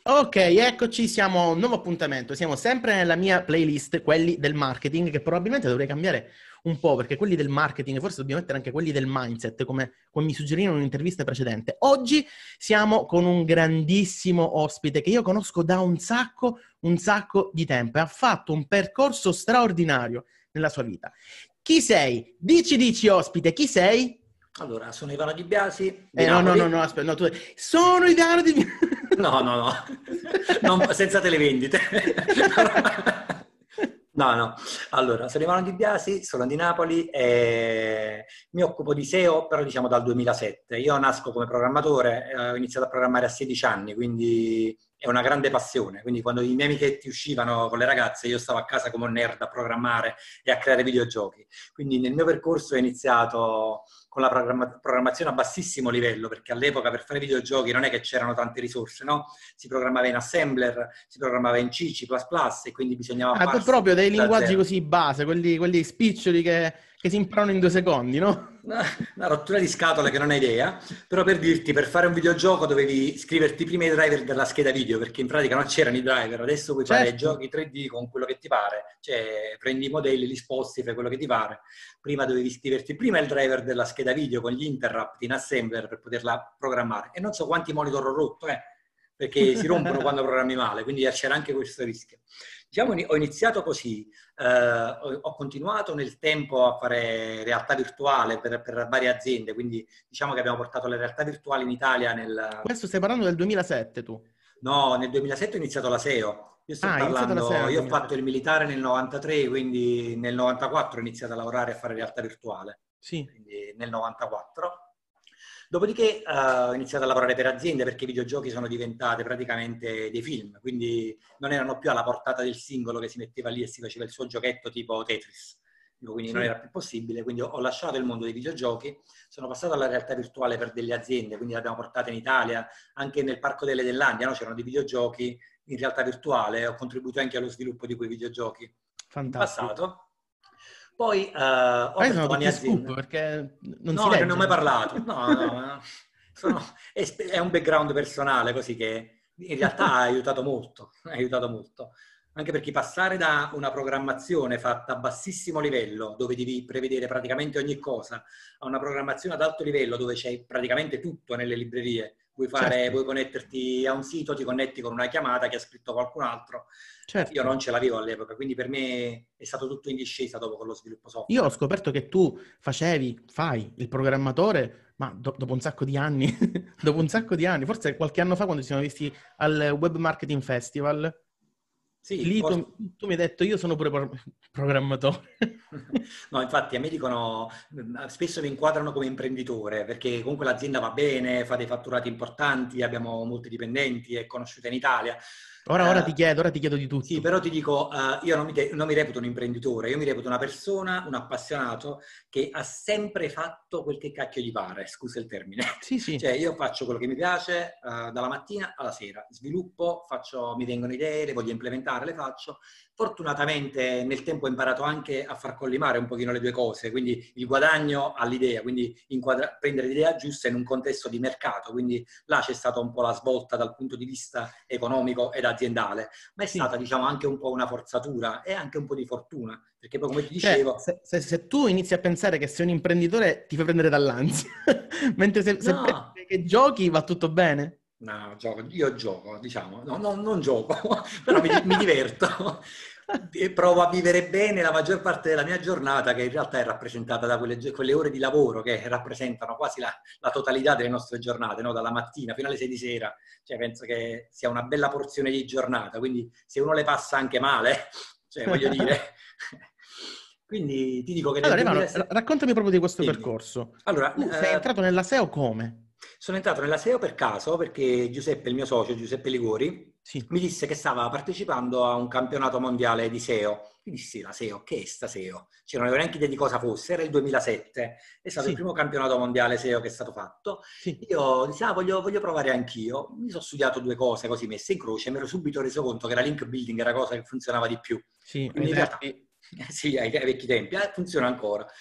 Ok, eccoci, siamo a un nuovo appuntamento. Siamo sempre nella mia playlist, quelli del marketing, che probabilmente dovrei cambiare un po', perché quelli del marketing, forse dobbiamo mettere anche quelli del mindset, come mi suggerirono in un'intervista precedente. Oggi siamo con un grandissimo ospite che io conosco da un sacco di tempo e ha fatto un percorso straordinario nella sua vita. Chi sei? Dici, ospite, chi sei? Allora, sono Ivano Di Biasi di No, Napoli. aspetta, no, tu... Sono Ivano di... No, no, no, senza televendite. No, no. Allora, sono Ivano Di Biasi, sono di Napoli e mi occupo di SEO, però diciamo dal 2007. Io nasco come programmatore, ho iniziato a programmare a 16 anni, quindi è una grande passione. Quindi quando i miei amichetti uscivano con le ragazze, io stavo a casa come un nerd a programmare e a creare videogiochi. Quindi nel mio percorso è iniziato con la programmazione a bassissimo livello, perché all'epoca per fare videogiochi non è che c'erano tante risorse, no? Si programmava in assembler, si programmava in C, C++ e quindi bisognava Ah, tu farsi proprio dei tutto da linguaggi zero. così base, quelli spiccioli che si imparano in 2 secondi, no? Una rottura di scatole che non hai idea, però per dirti, per fare un videogioco dovevi scriverti prima i driver della scheda video, perché in pratica non c'erano i driver, adesso puoi fare Certo. giochi 3D con quello che ti pare, cioè prendi i modelli, li sposti, fai quello che ti pare. Prima dovevi scriverti prima il driver della scheda video con gli interrupt in assembler per poterla programmare. E non so quanti monitor ho rotto, perché si rompono quando programmi male, quindi c'era anche questo rischio. Diciamo, ho iniziato così, ho continuato nel tempo a fare realtà virtuale per varie aziende, quindi diciamo che abbiamo portato le realtà virtuali in Italia Questo stai parlando del 2007 tu. No, nel 2007 ho iniziato la SEO. Io sto Ah, hai iniziato la serie parlando, nel io ho fatto 2007. il militare nel 93, quindi nel 94 ho iniziato a lavorare a fare realtà virtuale, Sì. quindi nel 94. Dopodiché ho iniziato a lavorare per aziende perché i videogiochi sono diventati praticamente dei film, quindi non erano più alla portata del singolo che si metteva lì e si faceva il suo giochetto tipo Tetris. Quindi non Sì. era più possibile, quindi ho lasciato il mondo dei videogiochi, sono passato alla realtà virtuale per delle aziende, quindi l'abbiamo portata in Italia, anche nel Parco delle Dellandia, no? C'erano dei videogiochi in realtà virtuale, ho contribuito anche allo sviluppo di quei videogiochi in Fantastico. passato. Poi ho Questi sono aperto la mia tutti scoop azienda. perché non si No, non ne ho legge. mai parlato. No, no, è un background personale così che in realtà ha aiutato molto, ha aiutato molto. Anche perché passare da una programmazione fatta a bassissimo livello, dove devi prevedere praticamente ogni cosa, a una programmazione ad alto livello, dove c'è praticamente tutto nelle librerie. Certo, Vuoi connetterti a un sito, ti connetti con una chiamata che ha scritto qualcun altro. Io certo. non ce l'avevo all'epoca, quindi per me è stato tutto in discesa dopo con lo sviluppo Io ho software. scoperto che tu fai il programmatore, ma dopo un sacco di anni, dopo un sacco di anni, forse qualche anno fa quando ci siamo visti al Web Marketing Festival, Sì, lì forse. tu mi hai detto io sono pure programmatore. No, infatti a me dicono, spesso mi inquadrano come imprenditore, perché comunque l'azienda va bene, fa dei fatturati importanti, abbiamo molti dipendenti, è conosciuta in Italia. Eh, Ora ti chiedo di sì, tutto. però ti dico, io non mi reputo un imprenditore, io mi reputo una persona, un appassionato che ha sempre fatto quel che cacchio gli pare, scusa il termine. Sì, sì. Cioè, io faccio quello che mi piace, dalla mattina alla sera, sviluppo, mi vengono idee, le voglio implementare, le faccio. Fortunatamente nel tempo ho imparato anche a far collimare un pochino le due cose, quindi il guadagno all'idea, quindi prendere l'idea giusta in un contesto di mercato, quindi là c'è stata un po' la svolta dal punto di vista economico ed aziendale, ma è Sì. stata diciamo anche un po' una forzatura e anche un po' di fortuna, perché poi come ti Cioè, dicevo, se tu inizi a pensare che sei un imprenditore, ti fai prendere dall'ansia. Mentre se pensi no, che giochi, va tutto bene. no, io gioco, diciamo, non gioco, però mi diverto e provo a vivere bene la maggior parte della mia giornata, che in realtà è rappresentata da quelle ore di lavoro che rappresentano quasi la totalità delle nostre giornate, no? Dalla mattina fino alle 6 di sera, cioè penso che sia una bella porzione di giornata, quindi se uno le passa anche male, cioè voglio dire, quindi ti dico che nel Allora, Ivano, 2007, raccontami proprio di questo dimmi, percorso. allora, Tu sei entrato nella SEO come? sono entrato nella SEO per caso perché Giuseppe, il mio socio, Giuseppe Ligori, Sì, mi disse che stava partecipando a un campionato mondiale di SEO. Io dissi, la SEO, che è sta SEO? Cioè, non avevo neanche idea di cosa fosse, era il 2007, è stato il sì, primo campionato mondiale SEO che è stato fatto. sì, Io dissi, voglio provare anch'io. Mi sono studiato due cose così messe in croce e mi ero subito reso conto che la link building era cosa che funzionava di più. sì, ai Quindi in realtà, tempi. sì, ai vecchi tempi, funziona ancora.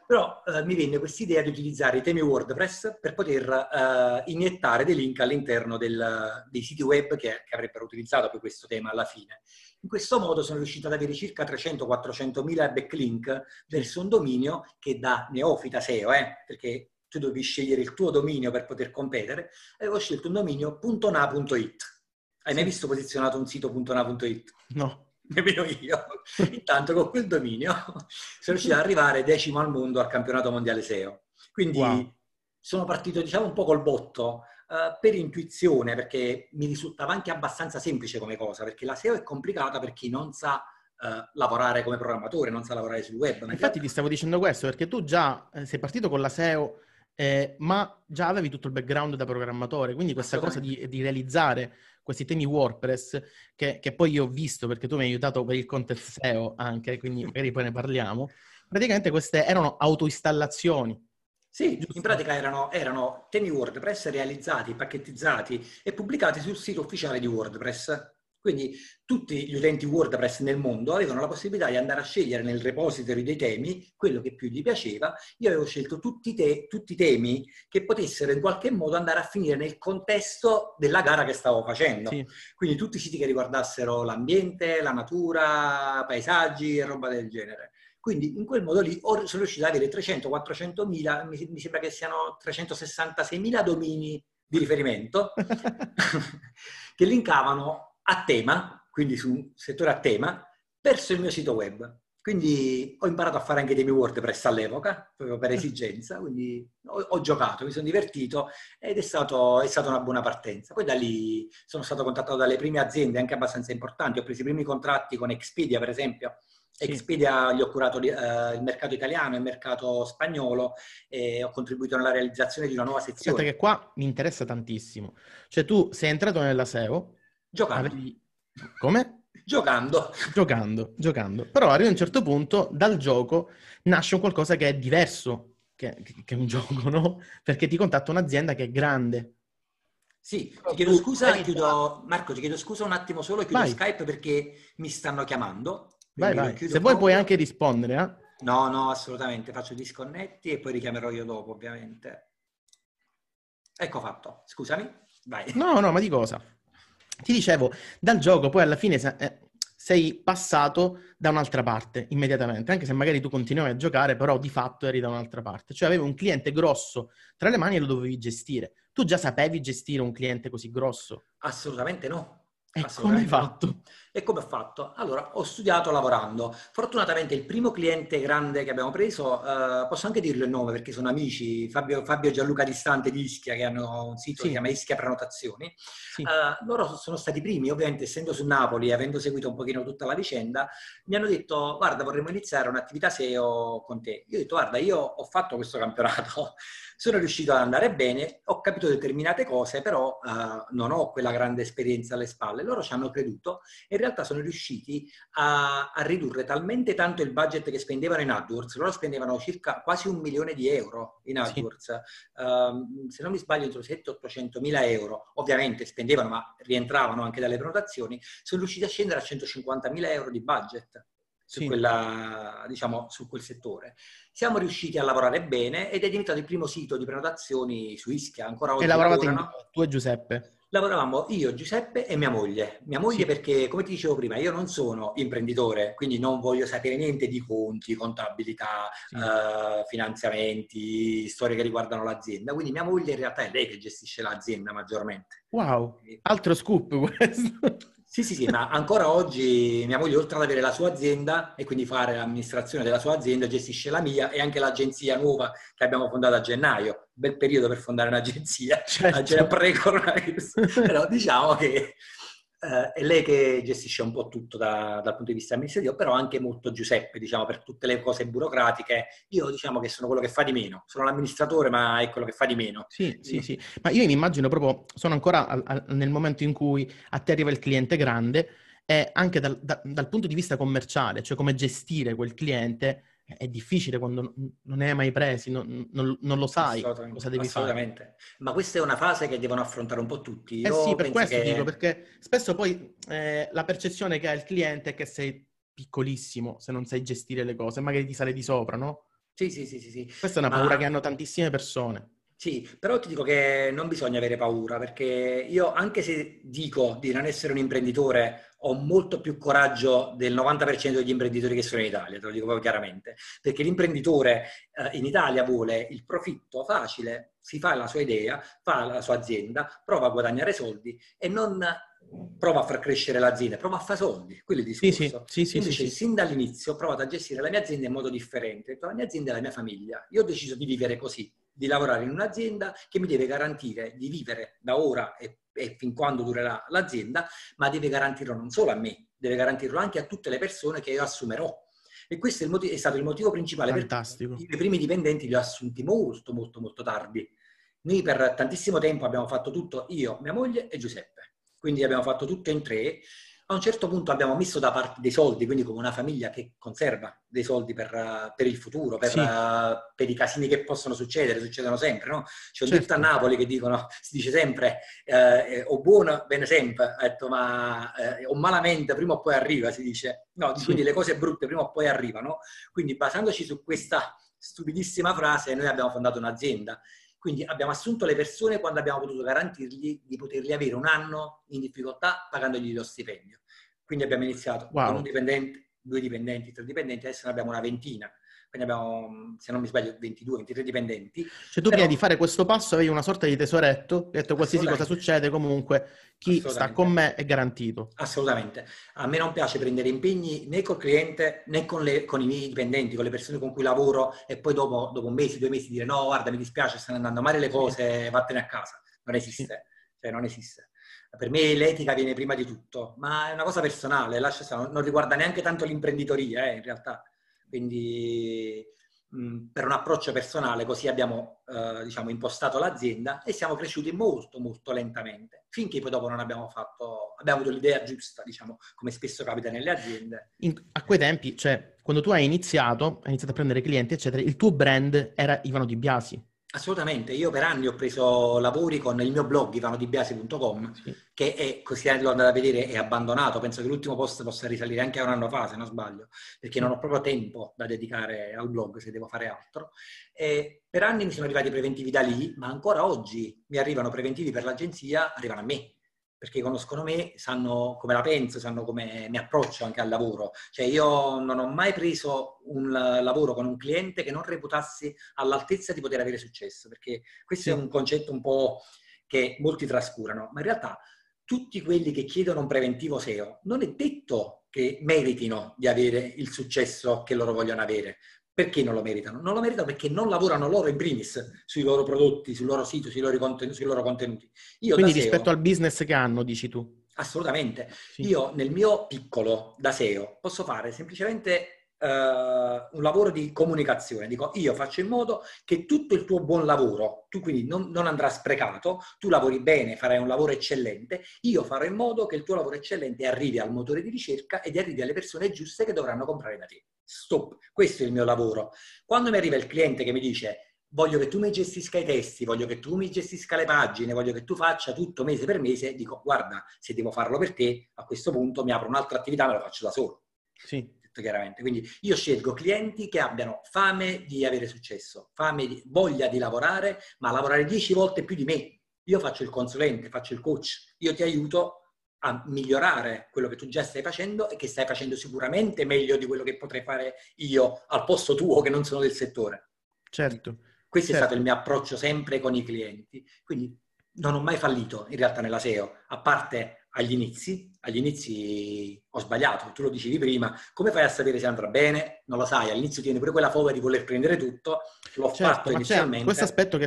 Però mi venne questa idea di utilizzare i temi WordPress per poter iniettare dei link all'interno dei siti web che avrebbero utilizzato poi questo tema alla fine. In questo modo sono riuscito ad avere circa 300-400 mila backlink verso un dominio che da neofita SEO, perché tu dovevi scegliere il tuo dominio per poter competere, avevo scelto un dominio .na.it. Hai mai visto posizionato un sito .na.it? No. Nemmeno io. Intanto con quel dominio sono riuscito ad arrivare 10° al mondo al campionato mondiale SEO. Quindi sono partito, diciamo, un po' col botto per intuizione, perché mi risultava anche abbastanza semplice come cosa, perché la SEO è complicata per chi non sa lavorare come programmatore, non sa lavorare sul web. Infatti ti stavo dicendo questo, perché tu già sei partito con la SEO, ma già avevi tutto il background da programmatore, quindi questa cosa di realizzare questi temi WordPress, che poi io ho visto, perché tu mi hai aiutato per il content SEO anche, quindi magari poi ne parliamo, praticamente queste erano autoinstallazioni. Sì, giusto? in pratica erano temi WordPress realizzati, pacchettizzati e pubblicati sul sito ufficiale di WordPress. Quindi tutti gli utenti WordPress nel mondo avevano la possibilità di andare a scegliere nel repository dei temi quello che più gli piaceva. Io avevo scelto tutti i temi che potessero in qualche modo andare a finire nel contesto della gara che stavo facendo. Sì. Quindi tutti i siti che riguardassero l'ambiente, la natura, paesaggi e roba del genere. Quindi in quel modo lì sono riuscito ad avere 300-400 mila, mi sembra che siano 366 mila domini di riferimento che linkavano a tema, quindi su un settore a tema, verso il mio sito web. Quindi ho imparato a fare anche temi WordPress all'epoca, proprio per esigenza, quindi ho giocato, mi sono divertito ed è stata una buona partenza. Poi da lì sono stato contattato dalle prime aziende, anche abbastanza importanti, ho preso i primi contratti con Expedia, per esempio. Sì. Expedia gli ho curato il mercato italiano e il mercato spagnolo e ho contribuito nella realizzazione di una nuova sezione. Aspetta che qua mi interessa tantissimo. Cioè tu sei entrato nella SEO... Giocando. Come? Giocando. Giocando. Però arriva a un certo punto, dal gioco, nasce qualcosa che è diverso che un gioco, no? Perché ti contatta un'azienda che è grande. Sì, ti chiedo scusa, Marco, ti chiedo scusa un attimo solo, chiudo Skype perché mi stanno chiamando. Vai. Se vuoi puoi anche rispondere, eh? No, assolutamente. Faccio disconnetti e poi richiamerò io dopo, ovviamente. Ecco fatto. Scusami, vai. No, ma di cosa? Ti dicevo, dal gioco poi alla fine sei passato da un'altra parte immediatamente, anche se magari tu continuavi a giocare, però di fatto eri da un'altra parte. Cioè avevi un cliente grosso tra le mani e lo dovevi gestire. Tu già sapevi gestire un cliente così grosso? Assolutamente no. E come hai fatto? E come ho fatto? Allora, ho studiato lavorando. Fortunatamente il primo cliente grande che abbiamo preso, posso anche dirlo il nome perché sono amici, Fabio e Gianluca Distante di Ischia, che hanno un sito che si chiama Ischia Prenotazioni. Sì. Loro sono stati i primi, ovviamente essendo su Napoli, avendo seguito un pochino tutta la vicenda, mi hanno detto, guarda, vorremmo iniziare un'attività SEO con te. Io ho detto, guarda, io ho fatto questo campionato, sono riuscito ad andare bene, ho capito determinate cose, però non ho quella grande esperienza alle spalle. Loro ci hanno creduto e in realtà sono riusciti a ridurre talmente tanto il budget che spendevano in AdWords. Loro spendevano circa quasi 1 milione di euro in AdWords. Sì. Se non mi sbaglio, entro 700-800 mila euro. Ovviamente spendevano, ma rientravano anche dalle prenotazioni. Sono riusciti a scendere a 150 mila euro di budget su quella, diciamo, su quel settore. Siamo riusciti a lavorare bene ed è diventato il primo sito di prenotazioni su Ischia. Ancora oggi e lavoravate tu e Giuseppe? Lavoravamo io, Giuseppe e mia moglie. Mia moglie perché, come ti dicevo prima, io non sono imprenditore, quindi non voglio sapere niente di conti, contabilità, finanziamenti, storie che riguardano l'azienda. Quindi mia moglie in realtà è lei che gestisce l'azienda maggiormente. Wow, altro scoop questo. Sì, ma ancora oggi mia moglie, oltre ad avere la sua azienda e quindi fare l'amministrazione della sua azienda, gestisce la mia e anche l'agenzia nuova che abbiamo fondato a gennaio. Bel periodo per fondare un'agenzia, pre-coronavirus. Però diciamo che è lei che gestisce un po' tutto dal punto di vista amministrativo, però anche molto Giuseppe, diciamo, per tutte le cose burocratiche. Io diciamo che sono quello che fa di meno. Sono l'amministratore, ma è quello che fa di meno. Sì. Ma io mi immagino proprio, sono ancora nel momento in cui a te arriva il cliente grande e anche dal punto di vista commerciale, cioè come gestire quel cliente, è difficile quando non ne hai mai presi, non lo sai cosa devi fare. Ma questa è una fase che devono affrontare un po' tutti. Sì, per questo dico, perché spesso poi la percezione che ha il cliente è che sei piccolissimo se non sai gestire le cose, magari ti sale di sopra, no? Sì, sì, sì, sì, sì. Questa è una paura che Ma hanno tantissime persone. sì, però ti dico che non bisogna avere paura, perché io, anche se dico di non essere un imprenditore, ho molto più coraggio del 90% degli imprenditori che sono in Italia, te lo dico proprio chiaramente, perché l'imprenditore in Italia vuole il profitto facile, si fa la sua idea, fa la sua azienda, prova a guadagnare soldi e non prova a far crescere l'azienda, prova a fare soldi, quello è il Sì, sì, discorso. sì, sì, sì, Invece, sì. sin dall'inizio ho provato a gestire la mia azienda in modo differente. Ho detto, la mia azienda è la mia famiglia. Io ho deciso di vivere così, di lavorare in un'azienda che mi deve garantire di vivere da ora e fin quando durerà l'azienda, ma deve garantirlo non solo a me, deve garantirlo anche a tutte le persone che io assumerò. E questo è, è stato il motivo principale per cui Fantastico. i primi dipendenti li ho assunti molto, molto, molto tardi. Noi per tantissimo tempo abbiamo fatto tutto io, mia moglie e Giuseppe. Quindi abbiamo fatto tutto in tre. A un certo punto abbiamo messo da parte dei soldi, quindi come una famiglia che conserva dei soldi per il futuro, Sì, per i casini che possono succedere, succedono sempre, no? C'è un detto a certo. Napoli che dicono, si dice sempre, o buono bene sempre, ha detto, ma o malamente prima o poi arriva, si dice. No, quindi Sì. le cose brutte prima o poi arrivano. Quindi basandoci su questa stupidissima frase, noi abbiamo fondato un'azienda. Quindi abbiamo assunto le persone quando abbiamo potuto garantirgli di poterli avere un anno in difficoltà pagandogli lo stipendio. Quindi abbiamo iniziato con un Wow. dipendente, 2 dipendenti, 3 dipendenti, adesso ne abbiamo una ventina. Quindi abbiamo, se non mi sbaglio, 22, 23 dipendenti. Cioè tu prima Però di fare questo passo avevi una sorta di tesoretto, hai detto qualsiasi cosa assolutamente, succede, comunque chi sta con assolutamente. me è garantito. Assolutamente. A me non piace prendere impegni né col cliente né con i miei dipendenti, con le persone con cui lavoro e poi dopo un mese, 2 mesi dire no, guarda, mi dispiace, stanno andando male le Sì, cose, vattene a casa. Non sì. esiste. Cioè, non esiste. Per me l'etica viene prima di tutto, ma è una cosa personale, lascia stare, non riguarda neanche tanto l'imprenditoria, in realtà. Quindi per un approccio personale, così abbiamo diciamo, impostato l'azienda e siamo cresciuti molto, molto lentamente, finché poi dopo non abbiamo avuto l'idea giusta, diciamo, come spesso capita nelle aziende. A quei tempi, cioè, quando tu hai iniziato a prendere clienti, eccetera, il tuo brand era Ivano Di Biasi. Assolutamente, io per anni ho preso lavori con il mio blog ivanodibiasi.com, Sì, che è, così l'ho andato a vedere, è abbandonato, penso che l'ultimo post possa risalire anche a un anno fa, se non sbaglio, perché non sì. ho proprio tempo da dedicare al blog se devo fare altro. E per anni mi sono arrivati preventivi da lì, ma ancora oggi mi arrivano preventivi per l'agenzia, arrivano a me, perché conoscono me, sanno come la penso, sanno come mi approccio anche al lavoro. Cioè io non ho mai preso un lavoro con un cliente che non reputassi all'altezza di poter avere successo, perché questo è Sì. un concetto un po' che molti trascurano, ma in realtà tutti quelli che chiedono un preventivo SEO non è detto che meritino di avere il successo che loro vogliono avere. Perché non lo meritano? Non lo meritano perché non lavorano loro in primis sui loro prodotti, sul loro sito, sui loro contenuti. Io da Quindi rispetto SEO al business che hanno, dici tu. assolutamente. Sì. Io nel mio piccolo da SEO posso fare semplicemente un lavoro di comunicazione. Dico, io faccio in modo che tutto il tuo buon lavoro, tu quindi non andrà sprecato, tu lavori bene, farai un lavoro eccellente, io farò in modo che il tuo lavoro eccellente arrivi al motore di ricerca ed arrivi alle persone giuste che dovranno comprare da te. Stop, questo è il mio lavoro. Quando mi arriva il cliente che mi dice voglio che tu mi gestisca i testi, voglio che tu mi gestisca le pagine, voglio che tu faccia tutto mese per mese, dico guarda, se devo farlo per te, a questo punto mi apro un'altra attività, me lo faccio da solo. Sì. Detto chiaramente. Quindi io scelgo clienti che abbiano fame di avere successo, voglia di lavorare, ma lavorare 10 volte più di me. Io faccio il consulente, faccio il coach, io ti aiuto a migliorare quello che tu già stai facendo e che stai facendo sicuramente meglio di quello che potrei fare io al posto tuo che non sono del settore. Quindi Certo, questo è stato il certo. mio approccio sempre con i clienti. Quindi non ho mai fallito in realtà nella SEO, a parte agli inizi ho sbagliato, tu lo dicevi prima, come fai a sapere se andrà bene? Non lo sai, all'inizio tieni pure quella foga di voler prendere tutto, l'ho Certo, fatto ma c'è questo inizialmente. aspetto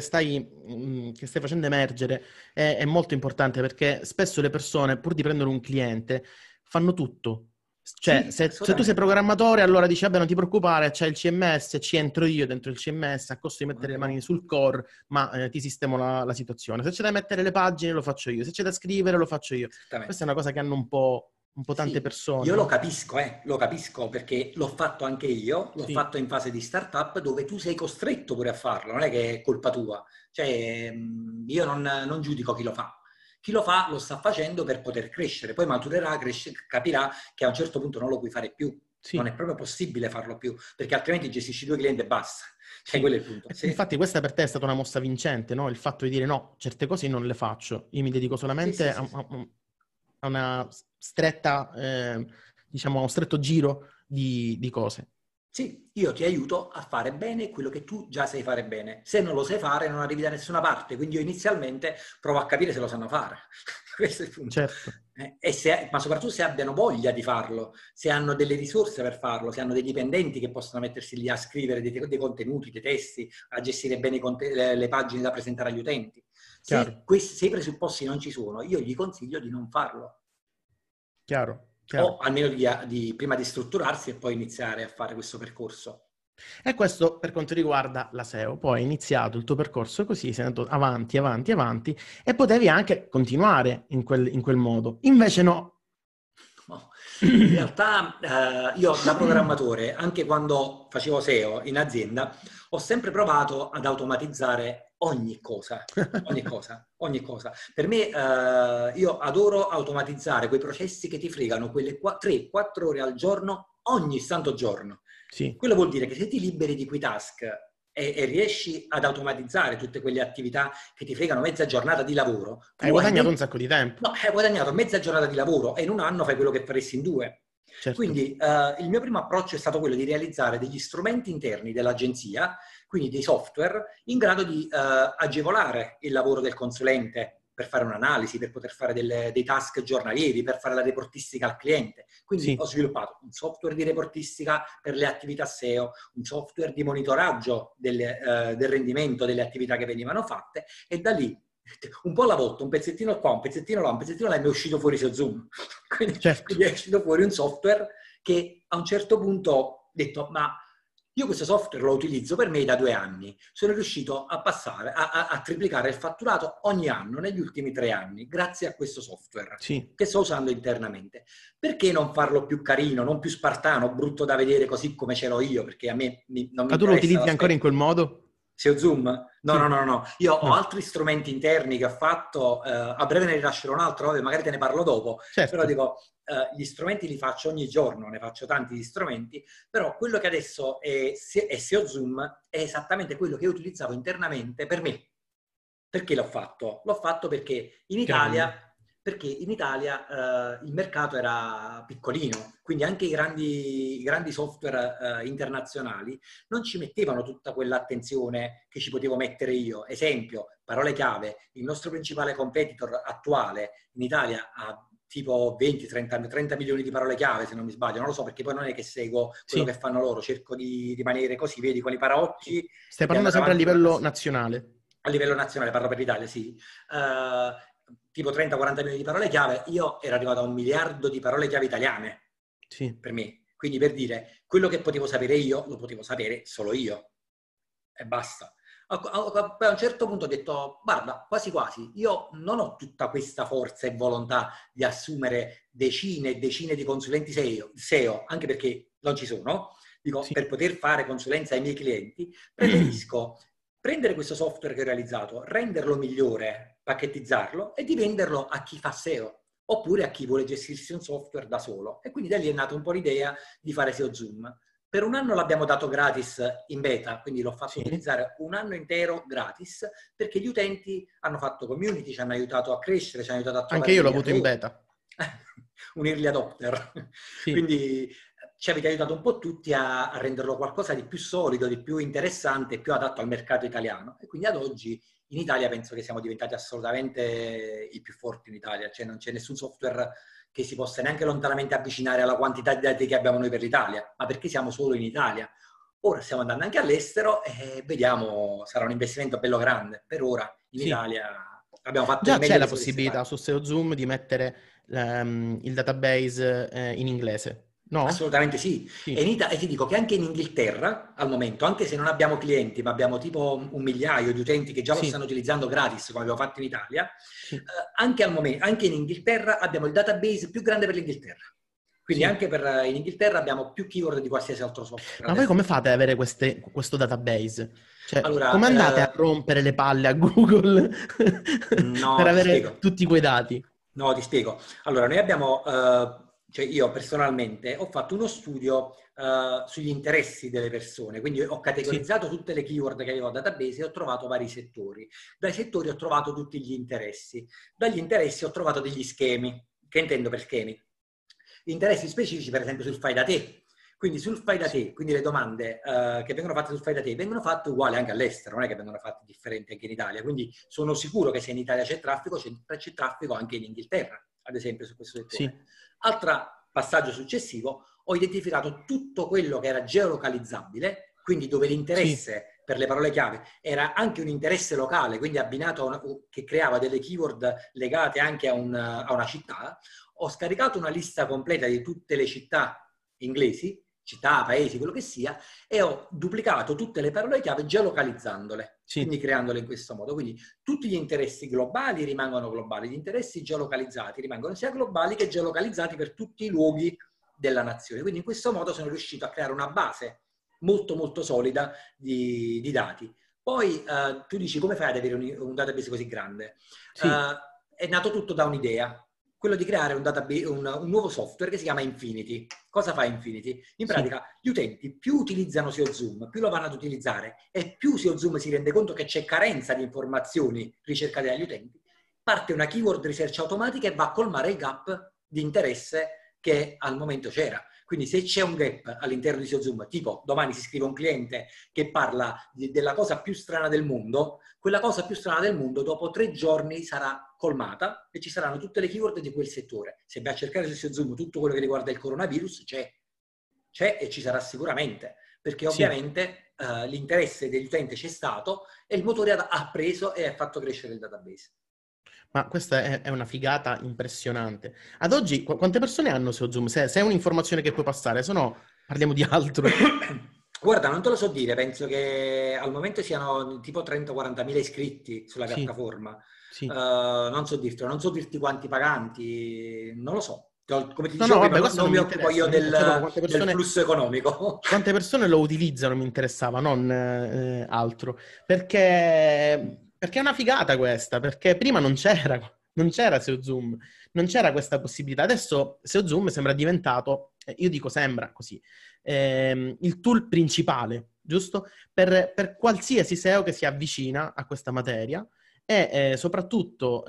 che stai facendo emergere è molto importante perché spesso le persone, pur di prendere un cliente, fanno tutto. Cioè, Sì, se tu sei assolutamente. programmatore, allora dici, vabbè, non ti preoccupare, c'è il CMS, ci entro io dentro il CMS, a costo di mettere le mani sul core, ma ti sistemo la situazione. Se c'è da mettere le pagine, lo faccio io. Se c'è da scrivere, lo faccio io. Questa è Esattamente. una cosa che hanno un po' tante Sì, persone, io no? lo capisco perché l'ho fatto anche io, l'ho Sì, fatto in fase di startup dove tu sei costretto pure a farlo, non è che è colpa tua. Cioè, io non giudico chi lo fa. Chi lo fa lo sta facendo per poter crescere, poi maturerà, capirà che a un certo punto non lo puoi fare più. Non è proprio possibile farlo più, perché altrimenti gestisci 2 clienti e basta. Cioè, quello è il punto. Infatti questa per te è stata una mossa vincente, no? Il fatto di dire no, certe cose non le faccio, io mi dedico solamente a una stretta, diciamo, a un stretto giro di cose. Sì, io ti aiuto a fare bene quello che tu già sai fare bene. Se non lo sai fare, non arrivi da nessuna parte. Quindi io inizialmente provo a capire se lo sanno fare. Questo è il punto. Certo. Ma soprattutto se abbiano voglia di farlo, se hanno delle risorse per farlo, se hanno dei dipendenti che possono mettersi lì a scrivere dei contenuti, dei testi, a gestire bene le pagine da presentare agli utenti. Se i presupposti non ci sono, io gli consiglio di non farlo. Chiaro. O almeno prima di strutturarsi e poi iniziare a fare questo percorso. E questo per quanto riguarda la SEO. Poi hai iniziato il tuo percorso così, sei andato avanti e potevi anche continuare in quel modo. Invece no. In realtà io da programmatore, anche quando facevo SEO in azienda, ho sempre provato ad automatizzare ogni cosa. Per me, io adoro automatizzare quei processi che ti fregano quelle 3-4 ore al giorno, ogni santo giorno. Sì. Quello vuol dire che se ti liberi di quei task e riesci ad automatizzare tutte quelle attività che ti fregano mezza giornata di lavoro... Hai guadagnato un sacco di tempo. No, hai guadagnato mezza giornata di lavoro e in un anno fai quello che faresti in 2. Certo. Quindi il mio primo approccio è stato quello di realizzare degli strumenti interni dell'agenzia, quindi dei software, in grado di agevolare il lavoro del consulente per fare un'analisi, per poter fare dei task giornalieri, per fare la reportistica al cliente. Quindi ho sviluppato un software di reportistica per le attività SEO, un software di monitoraggio del rendimento delle attività che venivano fatte, e da lì un po' alla volta, un pezzettino qua, un pezzettino là, un pezzettino là, e mi è uscito fuori SEO Zoom. Quindi è uscito fuori un software che a un certo punto ho detto, ma io questo software lo utilizzo per me da 2 anni. Sono riuscito a passare, a triplicare il fatturato ogni anno negli ultimi 3 anni, grazie a questo software che sto usando internamente. Perché non farlo più carino, non più spartano, brutto da vedere così come ce l'ho io? Perché a me non mi interessa. Ma tu lo utilizzi ancora in quel modo? SEO Zoom? No. Io ho altri strumenti interni che ho fatto, a breve ne rilascerò un altro, magari te ne parlo dopo, però dico, gli strumenti li faccio ogni giorno, ne faccio tanti di strumenti, però quello che adesso è SEO Zoom è esattamente quello che io utilizzavo internamente per me. Perché l'ho fatto? L'ho fatto perché in Italia il mercato era piccolino, quindi anche i grandi software internazionali non ci mettevano tutta quell'attenzione che ci potevo mettere io. Esempio, parole chiave, il nostro principale competitor attuale in Italia ha tipo 20-30 milioni di parole chiave, se non mi sbaglio, non lo so, perché poi non è che seguo quello che fanno loro, cerco di rimanere così, vedi, con i paraocchi. Stai parlando sempre a livello nazionale? A livello nazionale, parlo per l'Italia, sì. Tipo 30-40 milioni di parole chiave, io ero arrivato a 1 miliardo di parole chiave italiane per me. Quindi, per dire, quello che potevo sapere io, lo potevo sapere solo io. E basta. A un certo punto ho detto, guarda, quasi quasi, io non ho tutta questa forza e volontà di assumere decine e decine di consulenti SEO, anche perché non ci sono. Dico, per poter fare consulenza ai miei clienti, preferisco prendere questo software che ho realizzato, renderlo migliore, pacchettizzarlo e di venderlo a chi fa SEO, oppure a chi vuole gestirsi un software da solo. E quindi da lì è nata un po' l'idea di fare SEO Zoom. Per un anno l'abbiamo dato gratis in beta, quindi l'ho fatto utilizzare un anno intero gratis, perché gli utenti hanno fatto community, ci hanno aiutato a crescere, ci hanno aiutato a trovare... Anche io l'ho avuto in beta. Un early adopter. Quindi ci avete aiutato un po' tutti a renderlo qualcosa di più solido, di più interessante, più adatto al mercato italiano. E quindi ad oggi in Italia penso che siamo diventati assolutamente i più forti in Italia, cioè non c'è nessun software che si possa neanche lontanamente avvicinare alla quantità di dati che abbiamo noi per l'Italia, ma perché siamo solo in Italia. Ora stiamo andando anche all'estero e vediamo, sarà un investimento bello grande. Per ora inItalia abbiamo fatto già c'è la possibilità su SEO Zoom di mettere il database in inglese. No? Assolutamente sì. E ti dico che anche in Inghilterra, al momento, anche se non abbiamo clienti, ma abbiamo tipo 1 migliaio di utenti che già lo stanno utilizzando gratis, come abbiamo fatto in Italia, anche al momento, anche in Inghilterra abbiamo il database più grande per l'Inghilterra. Quindi anche in Inghilterra abbiamo più keyword di qualsiasi altro software. Ma voi come fate ad avere questo database? Cioè, allora, come andate a rompere le palle a Google per avere tutti quei dati? No, ti spiego. Allora, noi abbiamo cioè io personalmente ho fatto uno studio sugli interessi delle persone, quindi ho categorizzato tutte le keyword che avevo a database e ho trovato vari settori. Dai settori ho trovato tutti gli interessi. Dagli interessi ho trovato degli schemi. Che intendo per schemi? Interessi specifici, per esempio, sul fai da te. Quindi sul fai da te, quindi le domande che vengono fatte sul fai da te vengono fatte uguali anche all'estero, non è che vengono fatte differenti anche in Italia. Quindi sono sicuro che se in Italia c'è traffico, c'è traffico anche in Inghilterra, ad esempio, su questo settore. Sì. Altro passaggio successivo, ho identificato tutto quello che era geolocalizzabile, quindi dove l'interesse per le parole chiave era anche un interesse locale, quindi abbinato a che creava delle keyword legate anche a una città. Ho scaricato una lista completa di tutte le città inglesi, città, paesi, quello che sia, e ho duplicato tutte le parole chiave geolocalizzandole, quindi creandole in questo modo. Quindi tutti gli interessi globali rimangono globali, gli interessi geolocalizzati rimangono sia globali che geolocalizzati per tutti i luoghi della nazione. Quindi in questo modo sono riuscito a creare una base molto molto solida di dati. Poi tu dici come fai ad avere un database così grande? È nato tutto da un'idea, quello di creare un nuovo software che si chiama Infinity. Cosa fa Infinity? In pratica gli utenti più utilizzano SEO Zoom, più lo vanno ad utilizzare e più SEO Zoom si rende conto che c'è carenza di informazioni ricercate dagli utenti, parte una keyword research automatica e va a colmare il gap di interesse che al momento c'era. Quindi se c'è un gap all'interno di SEO Zoom, tipo domani si scrive un cliente che parla della cosa più strana del mondo, quella cosa più strana del mondo dopo 3 giorni sarà colmata e ci saranno tutte le keyword di quel settore. Se vai a cercare su SEO Zoom tutto quello che riguarda il coronavirus, c'è e ci sarà sicuramente, perché ovviamente l'interesse dell'utente c'è stato e il motore ha preso e ha fatto crescere il database. Ma questa è una figata impressionante. Ad oggi, quante persone hanno SEO Zoom? Se è un'informazione che puoi passare, se no parliamo di altro. Guarda, non te lo so dire, penso che al momento siano tipo 30-40 mila iscritti sulla piattaforma. Non so dirti quanti paganti, non lo so. Come ti dicevo prima, non mi occupo io del flusso economico. Quante persone lo utilizzano mi interessava, non altro. Perché è una figata questa, perché prima non c'era SEO Zoom, non c'era questa possibilità. Adesso SEO Zoom sembra diventato, io dico sembra così, il tool principale, giusto? Per qualsiasi SEO che si avvicina a questa materia e soprattutto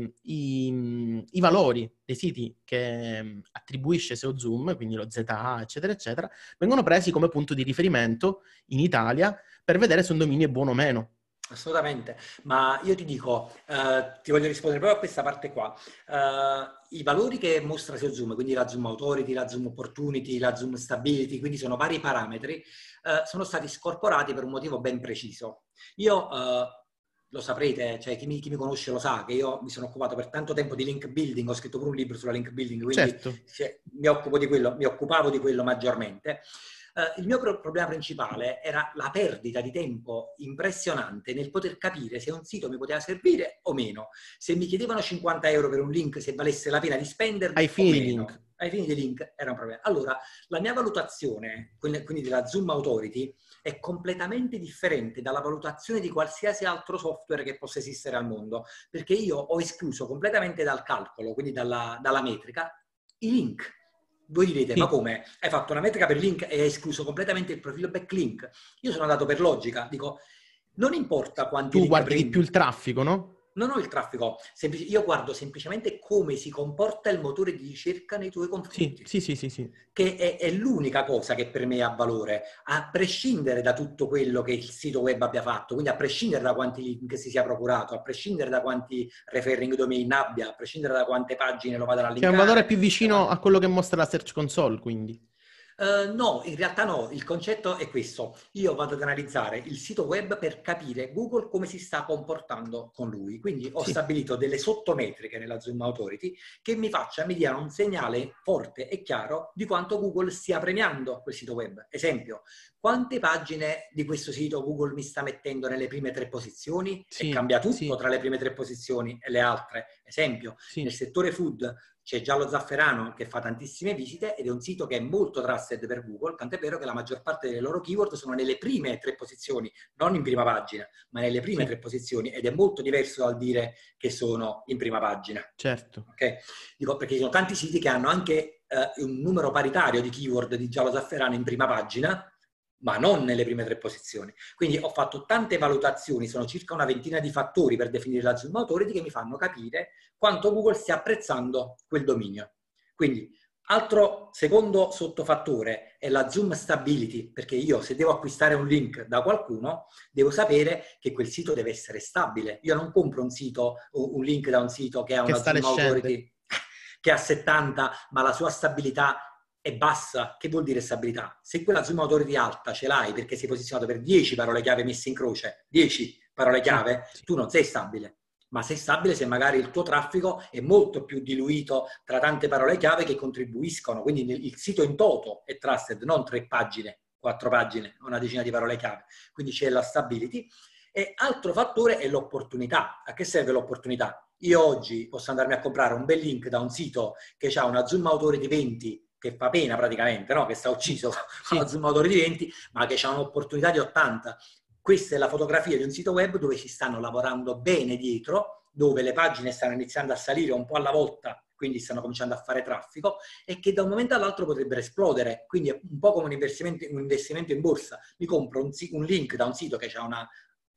i valori dei siti che attribuisce SEO Zoom, quindi lo ZA, eccetera, eccetera, vengono presi come punto di riferimento in Italia per vedere se un dominio è buono o meno. Assolutamente, ma io ti dico, ti voglio rispondere proprio a questa parte qua. I valori che mostra SEO Zoom, quindi la Zoom Authority, la Zoom Opportunity, la Zoom Stability, quindi sono vari parametri, sono stati scorporati per un motivo ben preciso. Io, lo saprete, cioè chi mi conosce lo sa, che io mi sono occupato per tanto tempo di link building, ho scritto pure un libro sulla link building, quindi mi occupavo di quello maggiormente. Il mio problema principale era la perdita di tempo impressionante nel poter capire se un sito mi poteva servire o meno, se mi chiedevano 50 euro per un link, se valesse la pena di spenderli ai fini o di meno. link. Ai fini di link era un problema. Allora, la mia valutazione, quindi della Zoom Authority, è completamente differente dalla valutazione di qualsiasi altro software che possa esistere al mondo, perché io ho escluso completamente dal calcolo, quindi dalla metrica, i link. Voi direte, ma come? Hai fatto una metrica per link e hai escluso completamente il profilo backlink? Io sono andato per logica, dico, non importa quanti link guardi prendi. di più il traffico, no? Non ho il traffico, io guardo semplicemente come si comporta il motore di ricerca nei tuoi confronti. Sì. Che è l'unica cosa che per me ha valore, a prescindere da tutto quello che il sito web abbia fatto, quindi a prescindere da quanti link si sia procurato, a prescindere da quanti referring domain abbia, a prescindere da quante pagine lo vadano a linkare. C'è un valore più vicino a quello che mostra la Search Console, quindi. No, in realtà no, il concetto è questo. Io vado ad analizzare il sito web per capire Google come si sta comportando con lui. Quindi ho stabilito delle sottometriche nella Zoom Authority che mi diano un segnale forte e chiaro di quanto Google stia premiando quel sito web. Esempio, quante pagine di questo sito Google mi sta mettendo nelle prime 3 posizioni? Sì, E cambia tutto sì, tra le prime 3 posizioni e le altre. Esempio, nel sì, settore food c'è Giallo Zafferano che fa tantissime visite ed è un sito che è molto trusted per Google, tant'è vero che la maggior parte delle loro keyword sono nelle prime 3 posizioni, non in prima pagina, ma nelle prime sì, 3 posizioni, ed è molto diverso dal dire che sono in prima pagina. certo. Okay? Dico, perché ci sono tanti siti che hanno anche un numero paritario di keyword di Giallo Zafferano in prima pagina, ma non nelle prime 3 posizioni. Quindi ho fatto tante valutazioni, sono circa una ventina di fattori per definire la Zoom Authority che mi fanno capire quanto Google stia apprezzando quel dominio. Quindi, altro secondo sottofattore è la Zoom Stability, perché io se devo acquistare un link da qualcuno, devo sapere che quel sito deve essere stabile. Io non compro un link da un sito che ha Che una sale e Zoom scende. Authority che ha 70, ma la sua stabilità è bassa. Che vuol dire stabilità? Se quella Zoom Authority alta ce l'hai perché sei posizionato per 10 parole chiave messe in croce, 10 parole Sì, chiave, sì. tu non sei stabile. Ma sei stabile se magari il tuo traffico è molto più diluito tra tante parole chiave che contribuiscono. Quindi il sito in toto è trusted, non 3 pagine, 4 pagine, una decina di parole chiave. Quindi c'è la stability. E altro fattore è l'opportunità. A che serve l'opportunità? Io oggi posso andarmi a comprare un bel link da un sito che ha una Zoom Authority 20 che fa pena praticamente, no? Che sta Sì, ucciso con la sì, Zoom Authority 20, ma che ha un'opportunità di 80. Questa è la fotografia di un sito web dove ci stanno lavorando bene dietro, dove le pagine stanno iniziando a salire un po' alla volta, quindi stanno cominciando a fare traffico, e che da un momento all'altro potrebbero esplodere. Quindi è un po' come un investimento in borsa. Mi compro un link da un sito che ha una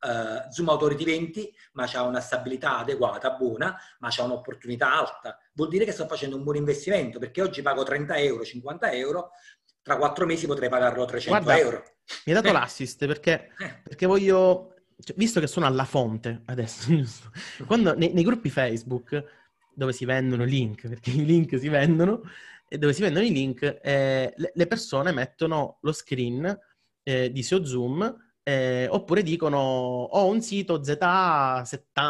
Zoom Authority 20, ma c'ha una stabilità adeguata, buona, ma c'ha un'opportunità alta. Vuol dire che sto facendo un buon investimento, perché oggi pago 30 euro, 50 euro, tra 4 mesi potrei pagarlo 300 guarda, euro. mi hai dato l'assist perché voglio, cioè, visto che sono alla fonte adesso, giusto? Quando nei gruppi Facebook dove si vendono link, perché i link si vendono, e dove si vendono i link, le persone mettono lo screen di SEO Zoom, oppure dicono ho un sito ZA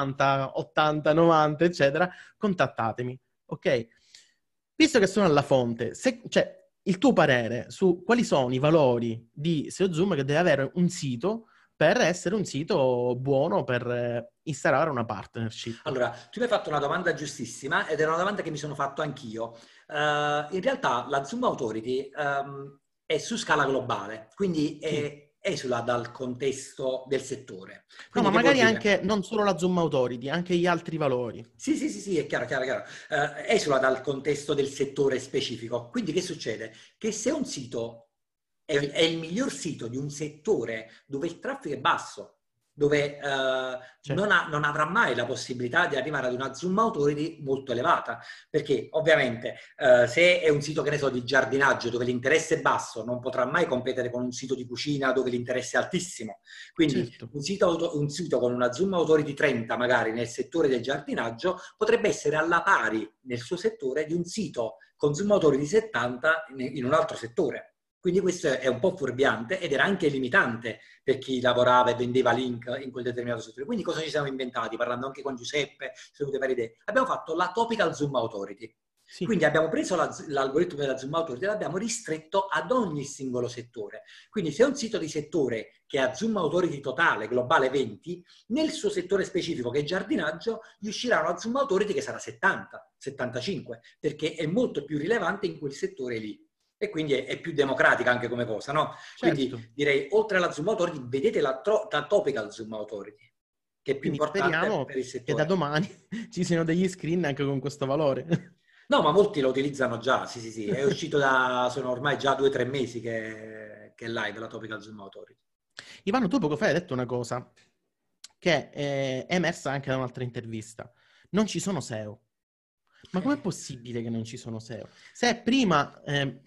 70, 80, 90, eccetera, contattatemi, ok? Visto che sono alla fonte, cioè, il tuo parere su quali sono i valori di SEO Zoom che deve avere un sito per essere un sito buono per installare una partnership. Allora, tu mi hai fatto una domanda giustissima ed è una domanda che mi sono fatto anch'io. In realtà la Zoom Authority è su scala globale, quindi Sì. esula dal contesto del settore. No, Quindi ma che vuol magari dire? anche non solo la Zoom Authority, anche gli altri valori. Sì, sì, sì, sì, è chiaro, chiaro, chiaro. Esula dal contesto del settore specifico. Quindi che succede? Che se un sito è il miglior sito di un settore dove il traffico è basso, dove Certo. non avrà mai la possibilità di arrivare ad una Zoom Authority molto elevata, perché ovviamente se è un sito, che ne so, di giardinaggio dove l'interesse è basso, non potrà mai competere con un sito di cucina dove l'interesse è altissimo. Quindi Certo. un sito con una Zoom Authority 30 magari nel settore del giardinaggio potrebbe essere alla pari nel suo settore di un sito con Zoom Authority 70 in un altro settore. Quindi questo è un po' fuorviante ed era anche limitante per chi lavorava e vendeva link in quel determinato settore. Quindi cosa ci siamo inventati? Parlando anche con Giuseppe, se avete varie idee, abbiamo fatto la Topical Zoom Authority. Sì. Quindi abbiamo preso l'algoritmo della Zoom Authority e l'abbiamo ristretto ad ogni singolo settore. Quindi se è un sito di settore che ha Zoom Authority totale, globale 20, nel suo settore specifico che è giardinaggio, gli uscirà una Zoom Authority che sarà 70, 75, perché è molto più rilevante in quel settore lì. E quindi è più democratica anche come cosa, no? Certo. Quindi direi, oltre alla Zoom Authority, vedete la Topical Zoom Authority, che è più Quindi importante per speriamo il che da settore. domani ci siano degli screen anche con questo valore. No, ma molti lo utilizzano già, sì, sì, sì. È uscito sono ormai già 2 o 3 mesi che è live la Topical Zoom Authority. Ivano, tu poco fa hai detto una cosa che è emersa anche da un'altra intervista. Non ci sono SEO. Ma com'è possibile che non ci sono SEO? Se prima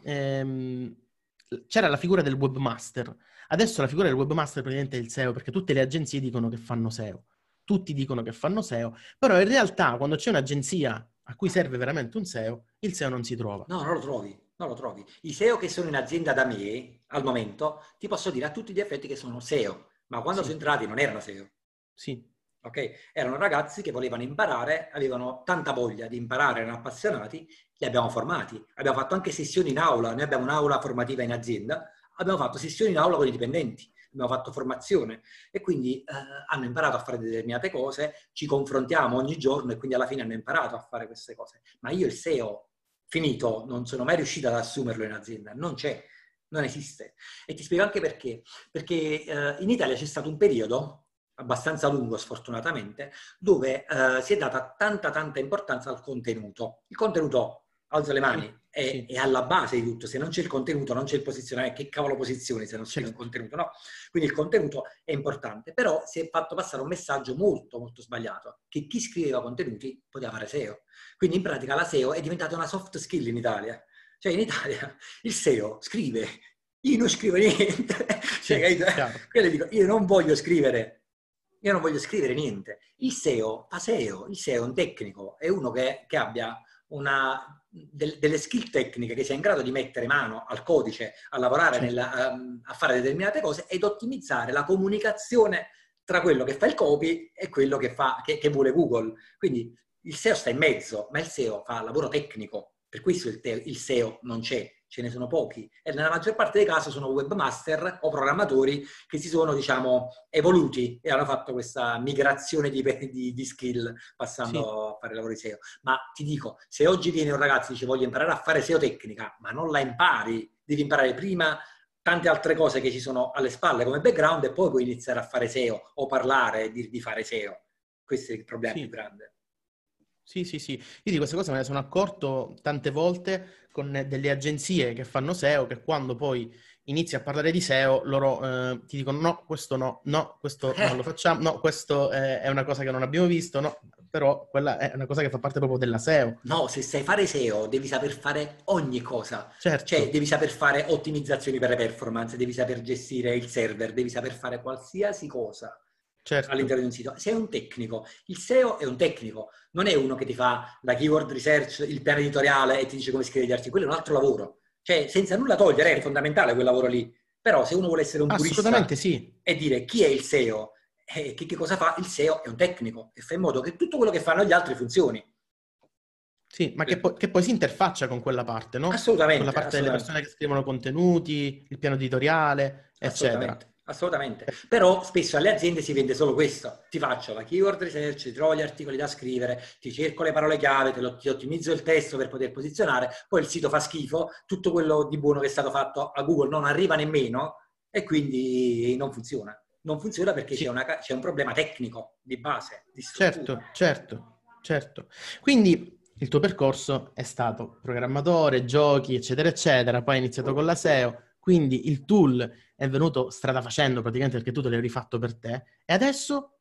c'era la figura del webmaster, adesso la figura del webmaster praticamente è il SEO, perché tutte le agenzie dicono che fanno SEO. Tutti dicono che fanno SEO, però in realtà quando c'è un'agenzia a cui serve veramente un SEO, il SEO non si trova. No, non lo trovi, non lo trovi. I SEO che sono in azienda da me, al momento, ti posso dire a tutti gli effetti che sono SEO, ma quando sono Sì, entrati non erano SEO. sì, Ok? Erano ragazzi che volevano imparare, avevano tanta voglia di imparare, erano appassionati, li abbiamo formati. Abbiamo fatto anche sessioni in aula, noi abbiamo un'aula formativa in azienda, abbiamo fatto sessioni in aula con i dipendenti, abbiamo fatto formazione e quindi hanno imparato a fare determinate cose, ci confrontiamo ogni giorno e quindi alla fine hanno imparato a fare queste cose. Ma io il SEO finito non sono mai riuscito ad assumerlo in azienda, non c'è, non esiste. E ti spiego anche perché. Perché in Italia c'è stato un periodo abbastanza lungo sfortunatamente, dove si è data tanta importanza al contenuto. Il contenuto, alzo le mani, è alla base di tutto. Se non c'è il contenuto, non c'è il posizionamento. Che cavolo posizioni se non scrivi un contenuto, no? Quindi il contenuto è importante, però si è fatto passare un messaggio molto sbagliato, che chi scriveva contenuti poteva fare SEO. Quindi in pratica la SEO è diventata una soft skill in Italia. Cioè in Italia il SEO scrive, io non scrivo niente. Io le dico, io non voglio scrivere niente. Il SEO fa SEO, il SEO è un tecnico, è uno che abbia delle skill tecniche, che sia in grado di mettere mano al codice, a lavorare, a fare determinate cose ed ottimizzare la comunicazione tra quello che fa il copy e quello che vuole Google. Quindi il SEO sta in mezzo, ma il SEO fa lavoro tecnico, per questo il SEO non c'è. Ce ne sono pochi e nella maggior parte dei casi sono webmaster o programmatori che si sono, diciamo, evoluti e hanno fatto questa migrazione di skill passando a fare lavori SEO. Ma ti dico, se oggi viene un ragazzo e dice voglio imparare a fare SEO tecnica, ma non la impari, devi imparare prima tante altre cose che ci sono alle spalle come background e poi puoi iniziare a fare SEO o parlare di fare SEO. Questo è il problema più grande. Sì. Io di queste cose me ne sono accorto tante volte con delle agenzie che fanno SEO, che quando poi inizi a parlare di SEO, loro ti dicono no, questo non lo facciamo, no, questo è una cosa che non abbiamo visto, no, però quella è una cosa che fa parte proprio della SEO. No, se sai fare SEO devi saper fare ogni cosa. Certo. Cioè devi saper fare ottimizzazioni per le performance, devi saper gestire il server, devi saper fare qualsiasi cosa. Certo. All'interno di un sito. Sei un tecnico. Il SEO è un tecnico, non è uno che ti fa la keyword research, il piano editoriale e ti dice come scrivere gli articoli. Quello è un altro lavoro. Cioè, senza nulla togliere, è fondamentale quel lavoro lì. Però se uno vuole essere un purista e dire chi è il SEO e che cosa fa, il SEO è un tecnico e fa in modo che tutto quello che fanno gli altri funzioni. Sì, ma che poi si interfaccia con quella parte, no? Assolutamente. Con la parte delle persone che scrivono contenuti, il piano editoriale, eccetera. Assolutamente. Però spesso alle aziende si vende solo questo. Ti faccio la keyword research, ti trovo gli articoli da scrivere, ti cerco le parole chiave, ti ottimizzo il testo per poter posizionare, poi il sito fa schifo, tutto quello di buono che è stato fatto a Google non arriva nemmeno e quindi non funziona. Non funziona perché c'è un problema tecnico di base, di struttura. Certo. Quindi il tuo percorso è stato programmatore, giochi, eccetera, eccetera, poi hai iniziato con la SEO. Quindi il tool è venuto strada facendo praticamente perché tu te l'hai rifatto per te. E adesso?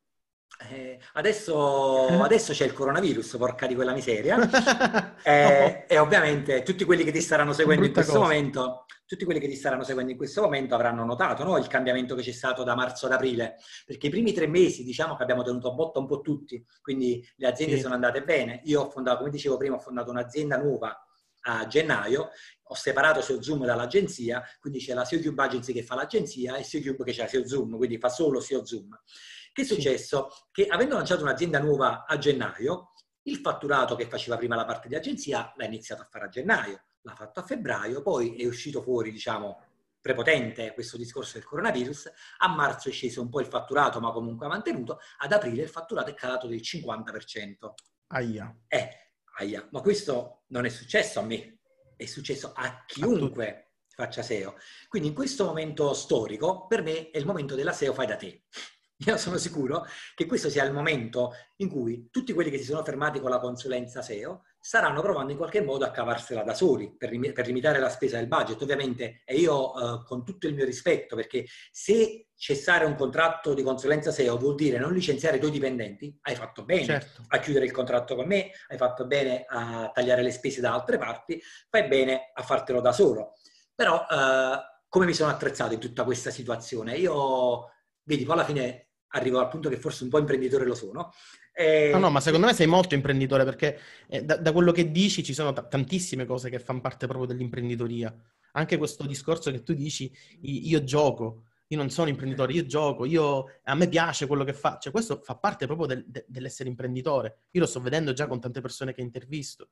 Adesso c'è il coronavirus, porca di quella miseria. E ovviamente tutti quelli che ti staranno seguendo in questo momento, avranno notato, no, il cambiamento che c'è stato da marzo ad aprile. Perché i primi 3 mesi, diciamo che abbiamo tenuto a botta un po' tutti, quindi le aziende sono andate bene. Io ho fondato, come dicevo prima, ho fondato un'azienda nuova a gennaio, ho separato SEO Zoom dall'agenzia, quindi c'è la SEO Cube Agency che fa l'agenzia e SEO Cube che c'è la SEO Zoom, quindi fa solo SEO Zoom. Che è successo? Che avendo lanciato un'azienda nuova a gennaio, il fatturato che faceva prima la parte di agenzia l'ha iniziato a fare a gennaio, l'ha fatto a febbraio, poi è uscito fuori, diciamo, prepotente questo discorso del coronavirus, a marzo è sceso un po' il fatturato ma comunque ha mantenuto, ad aprile il fatturato è calato del 50%. Aia. Ma questo non è successo a me, è successo a chiunque faccia SEO. Quindi in questo momento storico, per me è il momento della SEO fai da te. Io sono sicuro che questo sia il momento in cui tutti quelli che si sono fermati con la consulenza SEO staranno provando in qualche modo a cavarsela da soli per limitare la spesa del budget, ovviamente, e io con tutto il mio rispetto, perché se cessare un contratto di consulenza SEO vuol dire non licenziare i tuoi dipendenti, hai fatto bene a chiudere il contratto con me, hai fatto bene a tagliare le spese da altre parti, fai bene a fartelo da solo. Però come mi sono attrezzato in tutta questa situazione? Io, vedi, poi alla fine arrivo al punto che forse un po' imprenditore lo sono. No, ma secondo me sei molto imprenditore perché da quello che dici ci sono tantissime cose che fanno parte proprio dell'imprenditoria. Anche questo discorso che tu dici, io gioco, io non sono imprenditore, io gioco, a me piace quello che faccio. Cioè, questo fa parte proprio dell'essere imprenditore. Io lo sto vedendo già con tante persone che intervisto.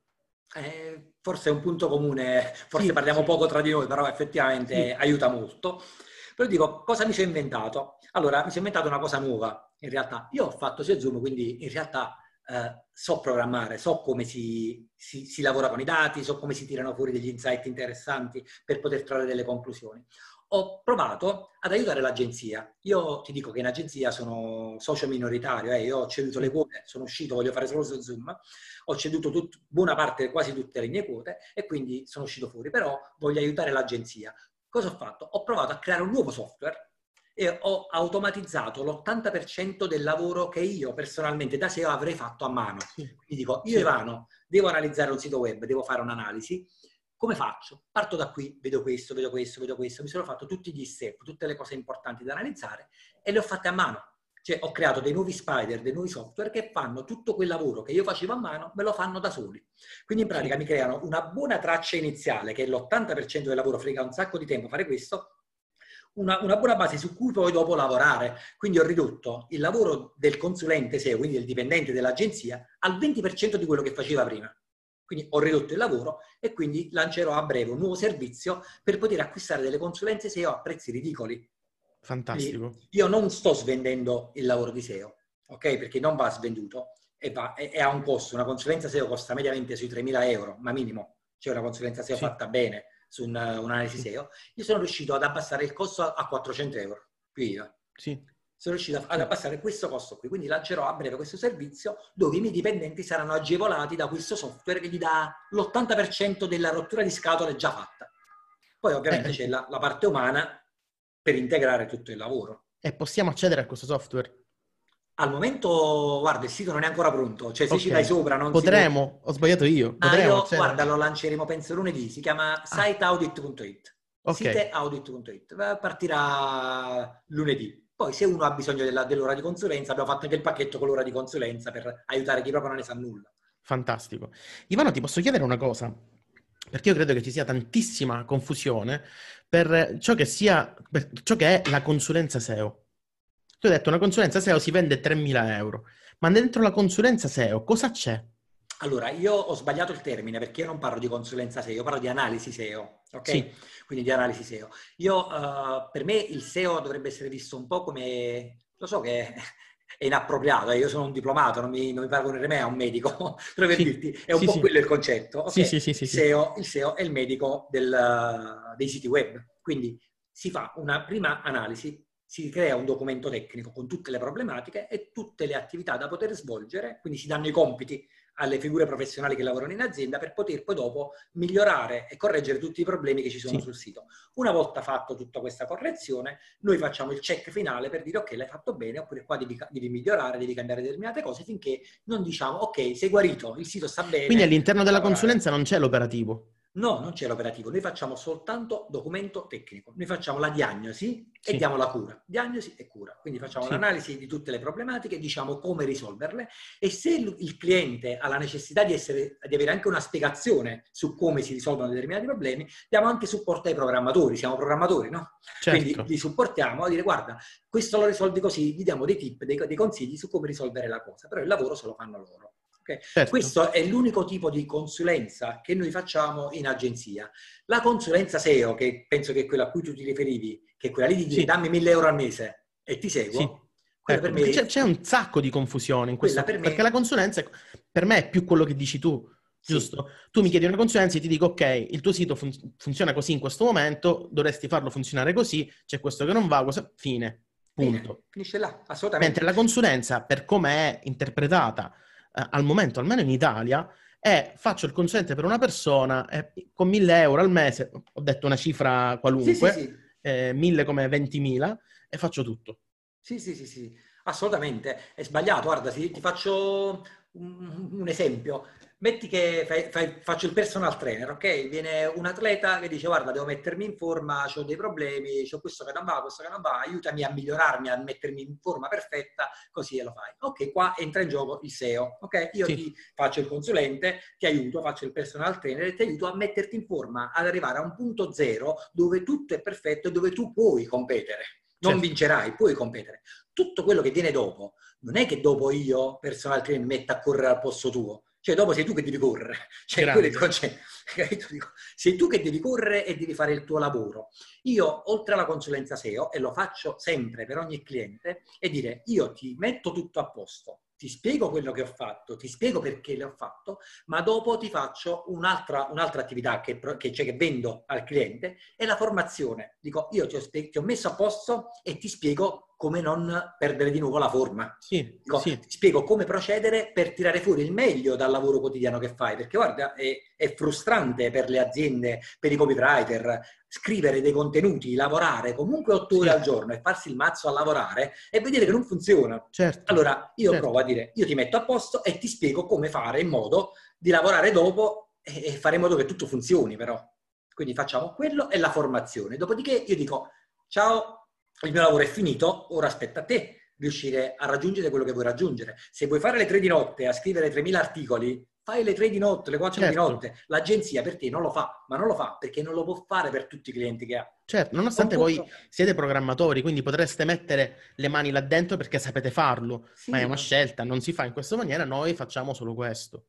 Forse è un punto comune, forse parliamo poco tra di noi, però effettivamente aiuta molto. Però dico, cosa mi sono inventato? Allora, mi sono inventato una cosa nuova, in realtà. Io ho fatto SEO Zoom, quindi in realtà so programmare, so come si lavora con i dati, so come si tirano fuori degli insight interessanti per poter trarre delle conclusioni. Ho provato ad aiutare l'agenzia. Io ti dico che in agenzia sono socio minoritario, io ho ceduto le quote, sono uscito, voglio fare solo su Zoom, ho ceduto buona parte, quasi tutte le mie quote e quindi sono uscito fuori, però voglio aiutare l'agenzia. Cosa ho fatto? Ho provato a creare un nuovo software e ho automatizzato l'80% del lavoro che io personalmente da SEO avrei fatto a mano. Quindi dico, io Ivano, devo analizzare un sito web, devo fare un'analisi. Come faccio? Parto da qui, vedo questo, vedo questo, vedo questo. Mi sono fatto tutti gli step, tutte le cose importanti da analizzare e le ho fatte a mano. Cioè ho creato dei nuovi spider, dei nuovi software che fanno tutto quel lavoro che io facevo a mano, me lo fanno da soli. Quindi in pratica mi creano una buona traccia iniziale, che è l'80% del lavoro, frega un sacco di tempo fare questo, una buona base su cui poi dopo lavorare. Quindi ho ridotto il lavoro del consulente SEO, quindi del dipendente dell'agenzia, al 20% di quello che faceva prima. Quindi ho ridotto il lavoro e quindi lancerò a breve un nuovo servizio per poter acquistare delle consulenze SEO a prezzi ridicoli. Fantastico. Quindi io non sto svendendo il lavoro di SEO, ok? Perché non va svenduto e ha un costo. Una consulenza SEO costa mediamente sui 3.000 euro, ma minimo. C'è una consulenza SEO fatta bene su un'analisi SEO. Io sono riuscito ad abbassare il costo a 400 euro. Qui io. Sono riuscito ad abbassare questo costo qui, quindi lancerò a breve questo servizio dove i miei dipendenti saranno agevolati da questo software che gli dà l'80% della rottura di scatole già fatta. Poi ovviamente c'è la parte umana per integrare tutto il lavoro. E possiamo accedere a questo software? Al momento, guarda, il sito non è ancora pronto, cioè se ci vai sopra non potremo, si può... ho sbagliato io. Potremo guarda, lo lanceremo penso lunedì, si chiama siteaudit.it. Siteaudit.it, partirà lunedì. Poi se uno ha bisogno dell'ora di consulenza, abbiamo fatto anche il pacchetto con l'ora di consulenza per aiutare chi proprio non ne sa nulla. Fantastico. Ivano, ti posso chiedere una cosa? Perché io credo che ci sia tantissima confusione per ciò che è la consulenza SEO. Tu hai detto una consulenza SEO si vende 3.000 euro, ma dentro la consulenza SEO cosa c'è? Allora, io ho sbagliato il termine perché io non parlo di consulenza SEO, io parlo di analisi SEO, ok? Quindi di analisi SEO. Per me il SEO dovrebbe essere visto un po' come, lo so che è inappropriato, io sono un diplomato, non mi paragonare me a un medico, però per dirti, è un po' quello il concetto, ok? Il SEO è il medico dei siti web, quindi si fa una prima analisi, si crea un documento tecnico con tutte le problematiche e tutte le attività da poter svolgere, quindi si danno i compiti alle figure professionali che lavorano in azienda per poter poi dopo migliorare e correggere tutti i problemi che ci sono sul sito. Una volta fatto tutta questa correzione, noi facciamo il check finale per dire ok, l'hai fatto bene, oppure qua devi migliorare, devi cambiare determinate cose, finché non diciamo ok, sei guarito, il sito sta bene. Quindi all'interno della consulenza non c'è l'operativo? No, non c'è l'operativo, noi facciamo soltanto documento tecnico, noi facciamo la diagnosi e diamo la cura, diagnosi e cura, quindi facciamo l'analisi di tutte le problematiche, diciamo come risolverle e se il cliente ha la necessità di avere anche una spiegazione su come si risolvono determinati problemi, diamo anche supporto ai programmatori, siamo programmatori, no? Quindi li supportiamo a dire guarda, questo lo risolvi così, gli diamo dei tip, dei consigli su come risolvere la cosa, però il lavoro se lo fanno loro. Questo è l'unico tipo di consulenza che noi facciamo in agenzia. La consulenza SEO, che penso che è quella a cui tu ti riferivi, che è quella lì di dire dammi 1.000 euro al mese e ti seguo. Per me... c'è un sacco di confusione in questo, perché la consulenza per me è più quello che dici tu, giusto? Tu mi chiedi una consulenza e ti dico ok, il tuo sito funziona così in questo momento, dovresti farlo funzionare così, c'è questo che non va, fine, punto. Finisce là, assolutamente. Mentre la consulenza, per come è interpretata al momento, almeno in Italia, faccio il consulente per una persona con 1.000 euro al mese, ho detto una cifra qualunque, 1.000 come 20.000, e faccio tutto. Sì, assolutamente, è sbagliato. Guarda, ti faccio un esempio. Metti che faccio il personal trainer, ok? Viene un atleta che dice guarda, devo mettermi in forma, ho dei problemi, ho questo che non va, aiutami a migliorarmi, a mettermi in forma perfetta, così e lo fai. Ok, qua entra in gioco il SEO, ok? Io ti faccio il consulente, ti aiuto, faccio il personal trainer e ti aiuto a metterti in forma, ad arrivare a un punto zero dove tutto è perfetto e dove tu puoi competere. Non vincerai, puoi competere. Tutto quello che viene dopo, non è che dopo io, personal trainer, mi metta a correre al posto tuo. Cioè, dopo sei tu che devi correre. Cioè, quello è il concetto. Dico, sei tu che devi correre e devi fare il tuo lavoro. Io, oltre alla consulenza SEO, e lo faccio sempre per ogni cliente, è dire, io ti metto tutto a posto, ti spiego quello che ho fatto, ti spiego perché l'ho fatto, ma dopo ti faccio un'altra attività che vendo al cliente, è la formazione. Dico, io ti ho messo a posto e ti spiego come non perdere di nuovo la forma. Sì, Dico, sì. ti spiego come procedere per tirare fuori il meglio dal lavoro quotidiano che fai, perché guarda, è frustrante per le aziende, per i copywriter, scrivere dei contenuti, lavorare comunque 8 ore al giorno e farsi il mazzo a lavorare e vedere che non funziona. Certo. Allora io Certo. provo a dire, io ti metto a posto e ti spiego come fare in modo di lavorare dopo e fare in modo che tutto funzioni però. Quindi facciamo quello e la formazione. Dopodiché io dico, ciao, il mio lavoro è finito, ora aspetta a te riuscire a raggiungere quello che vuoi raggiungere. Se vuoi fare le 3 di notte a scrivere 3.000 articoli, fai le 3 di notte, le 4 di notte. L'agenzia per te non lo fa, ma non lo fa perché non lo può fare per tutti i clienti che ha. Certo, nonostante voi siete programmatori, quindi potreste mettere le mani là dentro perché sapete farlo, sì, ma è una scelta, non si fa in questa maniera, noi facciamo solo questo.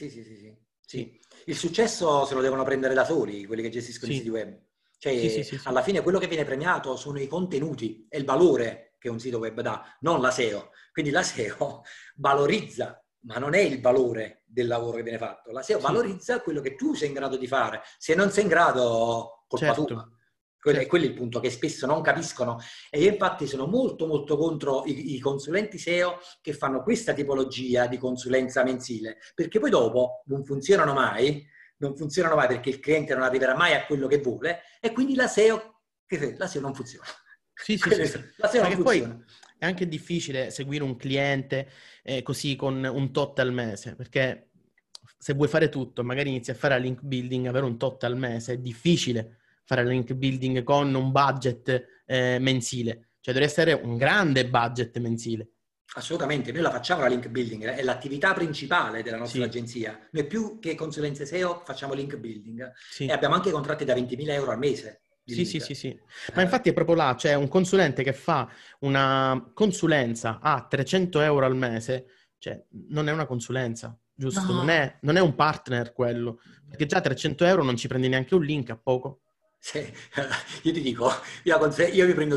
Sì. Il successo se lo devono prendere da soli, quelli che gestiscono i siti web. Cioè, alla fine quello che viene premiato sono i contenuti e il valore che un sito web dà, non la SEO. Quindi la SEO valorizza, ma non è il valore del lavoro che viene fatto. La SEO valorizza quello che tu sei in grado di fare. Se non sei in grado, colpa tua. Quello è il punto che spesso non capiscono. E io infatti sono molto molto contro i consulenti SEO che fanno questa tipologia di consulenza mensile, perché poi dopo non funzionano mai perché il cliente non arriverà mai a quello che vuole e quindi la SEO non funziona. Sì. La SEO non funziona. Poi è anche difficile seguire un cliente così con un tot al mese, perché se vuoi fare tutto, magari inizi a fare link building, avere un tot al mese, è difficile fare link building con un budget mensile. Cioè dovresti avere un grande budget mensile. Assolutamente, noi la facciamo la link building, è l'attività principale della nostra agenzia. Noi più che consulenze SEO facciamo link building e abbiamo anche contratti da 20.000 euro al mese. Sì. Ma infatti è proprio là, c'è un consulente che fa una consulenza a 300 euro al mese, cioè non è una consulenza, giusto? No. Non è un partner quello, perché già 300 euro non ci prendi neanche un link a poco. Sì. Io ti dico, io mi prendo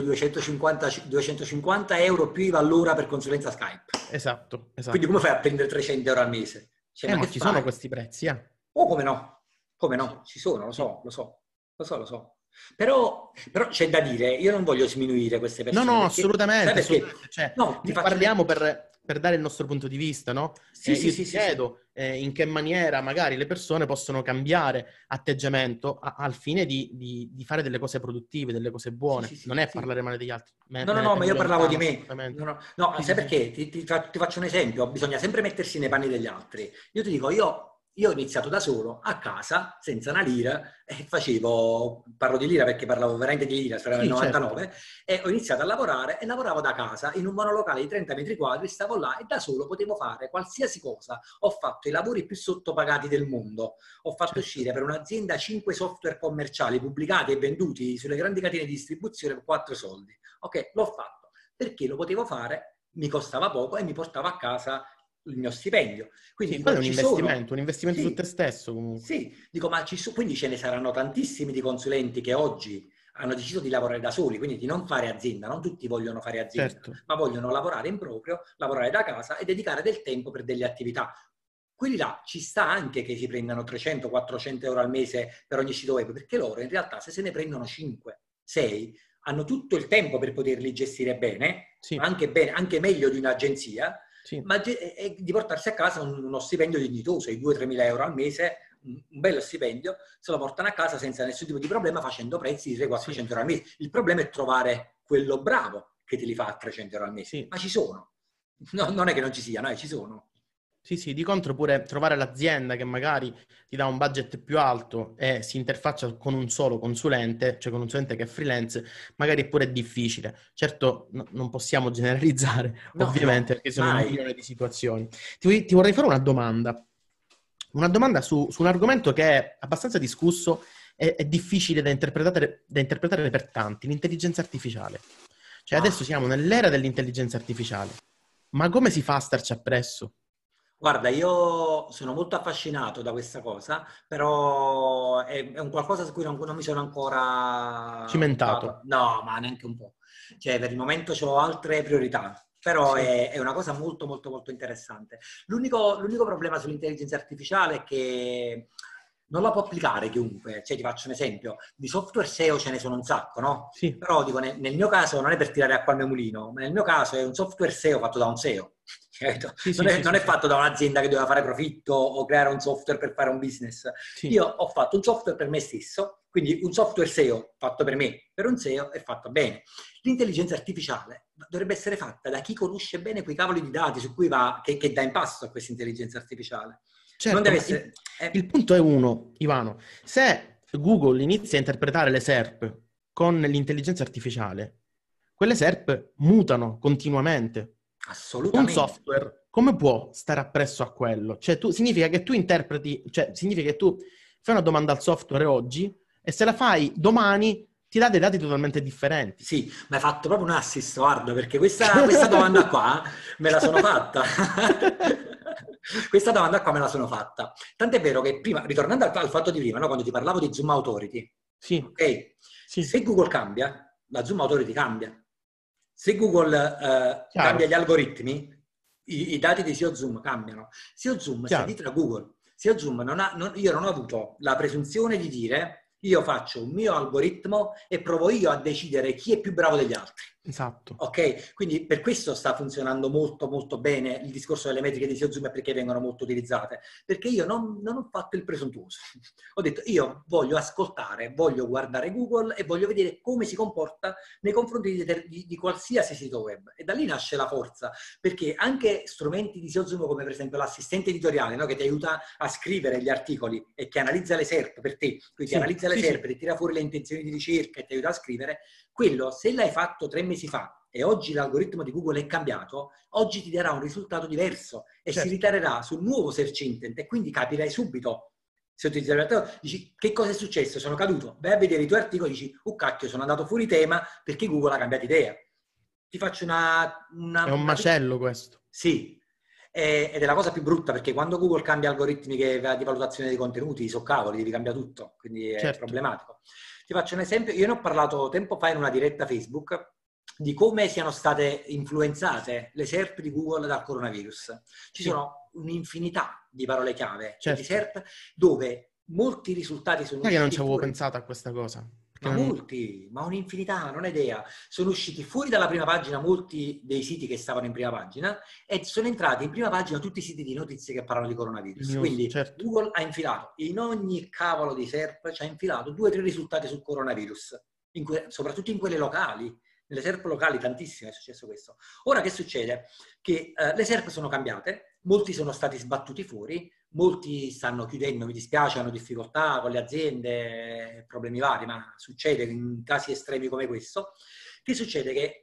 250 euro più IVA all'ora per consulenza Skype. Esatto. Quindi come fai a prendere 300 euro al mese? Cioè, ma ci sono questi prezzi, Oh, come no, ci sono, lo so. Però c'è da dire, io non voglio sminuire queste persone. No, assolutamente. Cioè, parliamo per dare il nostro punto di vista, no? Io ti chiedo in che maniera magari le persone possono cambiare atteggiamento al fine di fare delle cose produttive, delle cose buone. Non è parlare male degli altri. No, ma io parlavo di me. No, sai perché? Ti faccio un esempio. Bisogna sempre mettersi nei panni degli altri. Io ti dico, io ho iniziato da solo, a casa, senza una lira, e parlo di lira perché parlavo veramente di lira, era nel 99, e ho iniziato a lavorare e lavoravo da casa, in un monolocale di 30 metri quadri, stavo là e da solo potevo fare qualsiasi cosa. Ho fatto i lavori più sottopagati del mondo, ho fatto uscire per un'azienda 5 software commerciali pubblicati e venduti sulle grandi catene di distribuzione per 4 soldi. Ok, l'ho fatto perché lo potevo fare, mi costava poco e mi portavo a casa il mio stipendio. Quindi quello è un investimento su te stesso comunque. Sì, dico, quindi ce ne saranno tantissimi di consulenti che oggi hanno deciso di lavorare da soli, quindi di non fare azienda. Non tutti vogliono fare azienda, ma vogliono lavorare in proprio, lavorare da casa e dedicare del tempo per delle attività. Quelli là ci sta anche che si prendano 300-400 euro al mese per ogni sito web, perché loro in realtà se ne prendono 5, 6, hanno tutto il tempo per poterli gestire bene, anche meglio di un'agenzia, ma di portarsi a casa uno stipendio dignitoso, i 2-3 mila euro al mese, un bello stipendio, se lo portano a casa senza nessun tipo di problema, facendo prezzi di 300-400 euro al mese. Il problema è trovare quello bravo che te li fa a 300 euro al mese, ma ci sono. No, non è che non ci siano, ci sono. Sì, di contro pure trovare l'azienda che magari ti dà un budget più alto e si interfaccia con un solo consulente, cioè con un consulente che è freelance, magari è pure difficile. Certo, non possiamo generalizzare, ovviamente, perché sono un milione di situazioni. Ti vorrei fare una domanda su un argomento che è abbastanza discusso e è difficile da interpretare per tanti, l'intelligenza artificiale. Cioè adesso siamo nell'era dell'intelligenza artificiale, ma come si fa a starci appresso? Guarda, io sono molto affascinato da questa cosa, però è un qualcosa su cui non mi sono ancora buttato. Cimentato. No, ma neanche un po'. Cioè, per il momento ho altre priorità, però Sì. è una cosa molto, molto, molto interessante. L'unico problema sull'intelligenza artificiale è che non la può applicare chiunque. Cioè, ti faccio un esempio, di software SEO ce ne sono un sacco, no? Sì, Però dico, nel mio caso non è per tirare acqua al mio mulino, ma nel mio caso è un software SEO fatto da un SEO. Capito? sì, Non sì, è, sì, non sì, è sì. fatto da un'azienda che doveva fare profitto o creare un software per fare un business. Sì. Io ho fatto un software per me stesso, quindi un software SEO fatto per me, per un SEO e fatto bene. L'intelligenza artificiale dovrebbe essere fatta da chi conosce bene quei cavoli di dati su cui va, che dà in pasto a questa intelligenza artificiale. Non Certo, deve ma essere... il punto è uno, Ivano. Se Google inizia a interpretare le SERP con l'intelligenza artificiale, quelle SERP mutano continuamente. Un assolutamente. software come può stare appresso a quello? Cioè, significa che tu interpreti, cioè, significa che tu fai una domanda al software oggi e se la fai domani ti dà dei dati totalmente differenti. Sì, mi hai fatto proprio un assist, guarda, perché questa domanda qua me la sono fatta. Questa domanda qua me la sono fatta. Tant'è vero che prima, ritornando al fatto di prima, no, quando ti parlavo di Zoom Authority, Sì, ok? sì, Se Google cambia, la Zoom Authority cambia. Se Google cambia chiaro, gli algoritmi, i dati di SEO Zoom cambiano. SEO Zoom sta chiaro. dietro a Google. SEO Zoom io non ho avuto la presunzione di dire io faccio un mio algoritmo e provo io a decidere chi è più bravo degli altri. Esatto. Ok, quindi per questo sta funzionando molto molto bene il discorso delle metriche di SEO Zoom e perché vengono molto utilizzate, perché io non ho fatto il presuntuoso, ho detto io voglio ascoltare, voglio guardare Google e voglio vedere come si comporta nei confronti di qualsiasi sito web e da lì nasce la forza, perché anche strumenti di SEO Zoom come per esempio l'assistente editoriale, no, che ti aiuta a scrivere gli articoli e che analizza le SERP per te, quindi ti Sì, analizza le sì, SERP, sì. ti tira fuori le intenzioni di ricerca e ti aiuta a scrivere, quello se l'hai fatto 3 mesi fa e oggi l'algoritmo di Google è cambiato, oggi ti darà un risultato diverso e si Certo. ritarerà sul nuovo search intent e quindi capirai subito se utilizzi il dici che cosa è successo, sono caduto, vai a vedere i tuoi articoli e dici cacchio sono andato fuori tema perché Google ha cambiato idea. Ti faccio È un macello questo. sì, ed è la cosa più brutta perché quando Google cambia algoritmi di valutazione dei contenuti, so cavoli, devi cambiare tutto, quindi è Certo. problematico. Ti faccio un esempio, io ne ho parlato tempo fa in una diretta Facebook di come siano state influenzate le SERP di Google dal coronavirus. Ci Sì, sono un'infinità di parole chiave e di certo. SERP dove molti risultati sono Sai che non usciti ci avevo fuori. pensato a questa cosa? Perché Ma molti, ma un'infinità, non è idea. Sono usciti fuori dalla prima pagina molti dei siti che stavano in prima pagina e sono entrati in prima pagina tutti i siti di notizie che parlano di il coronavirus. news, Quindi certo. Google ha infilato in ogni cavolo di SERP, ci ha infilato 2 o 3 risultati sul coronavirus, soprattutto in quelle locali. Nelle SERP locali tantissimo è successo questo. Ora che succede? Che le SERP sono cambiate, molti sono stati sbattuti fuori, molti stanno chiudendo, mi dispiace, hanno difficoltà con le aziende, problemi vari, ma succede in casi estremi come questo. Che succede? Che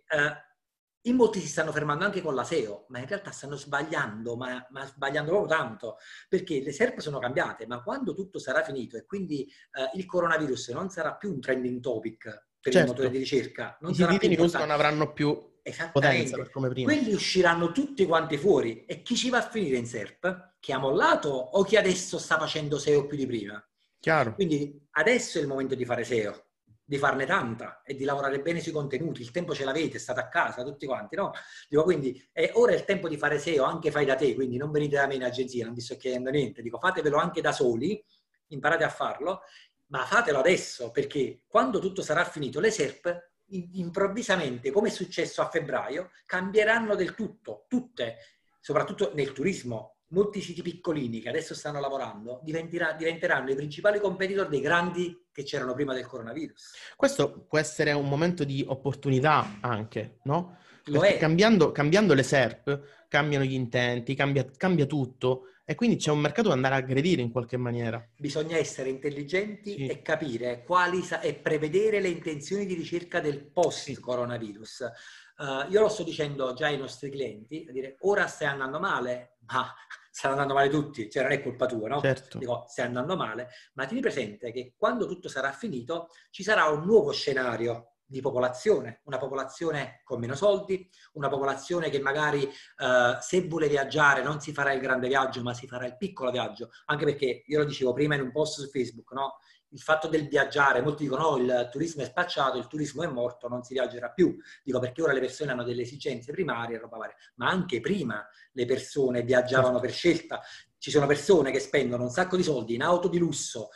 in molti si stanno fermando anche con la SEO, ma in realtà stanno sbagliando, ma sbagliando proprio tanto, perché le SERP sono cambiate, ma quando tutto sarà finito e quindi il coronavirus non sarà più un trending topic per il motore di Certo. ricerca, I non sarà siti più di news non importante. avranno più potenza per Esattamente, come prima. quelli usciranno tutti quanti fuori e chi ci va a finire in SERP? Chi ha mollato o chi adesso sta facendo SEO più di prima? Chiaro. Quindi adesso è il momento di fare SEO, di farne tanta e di lavorare bene sui contenuti, il tempo ce l'avete, state a casa tutti quanti, no? Dico, quindi ora è il tempo di fare SEO, anche fai da te, quindi non venite da me in agenzia, non vi sto chiedendo niente, dico fatevelo anche da soli, imparate a farlo, ma fatelo adesso perché quando tutto sarà finito le SERP improvvisamente, come è successo a febbraio, cambieranno del tutto, tutte, soprattutto nel turismo. Molti siti piccolini che adesso stanno lavorando diventeranno i principali competitor dei grandi che c'erano prima del coronavirus. Questo può essere un momento di opportunità anche, no? Lo Perché è. cambiando le SERP, cambiano gli intenti, cambia tutto e quindi c'è un mercato da andare a aggredire in qualche maniera. Bisogna essere intelligenti Sì, e capire e prevedere le intenzioni di ricerca del sì, post-coronavirus. Io lo sto dicendo già ai nostri clienti, a dire ora stai andando male, ma stanno andando male tutti, cioè non è colpa tua, no? certo. Dico, stai andando male, ma tieni presente che quando tutto sarà finito ci sarà un nuovo scenario di popolazione, una popolazione con meno soldi, una popolazione che magari se vuole viaggiare non si farà il grande viaggio, ma si farà il piccolo viaggio, anche perché, io lo dicevo prima in un post su Facebook, no? Il fatto del viaggiare, molti dicono oh, il turismo è spacciato, il turismo è morto, non si viaggerà più. Dico perché ora le persone hanno delle esigenze primarie e roba varia, ma anche prima le persone viaggiavano per scelta. Ci sono persone che spendono un sacco di soldi in auto di lusso,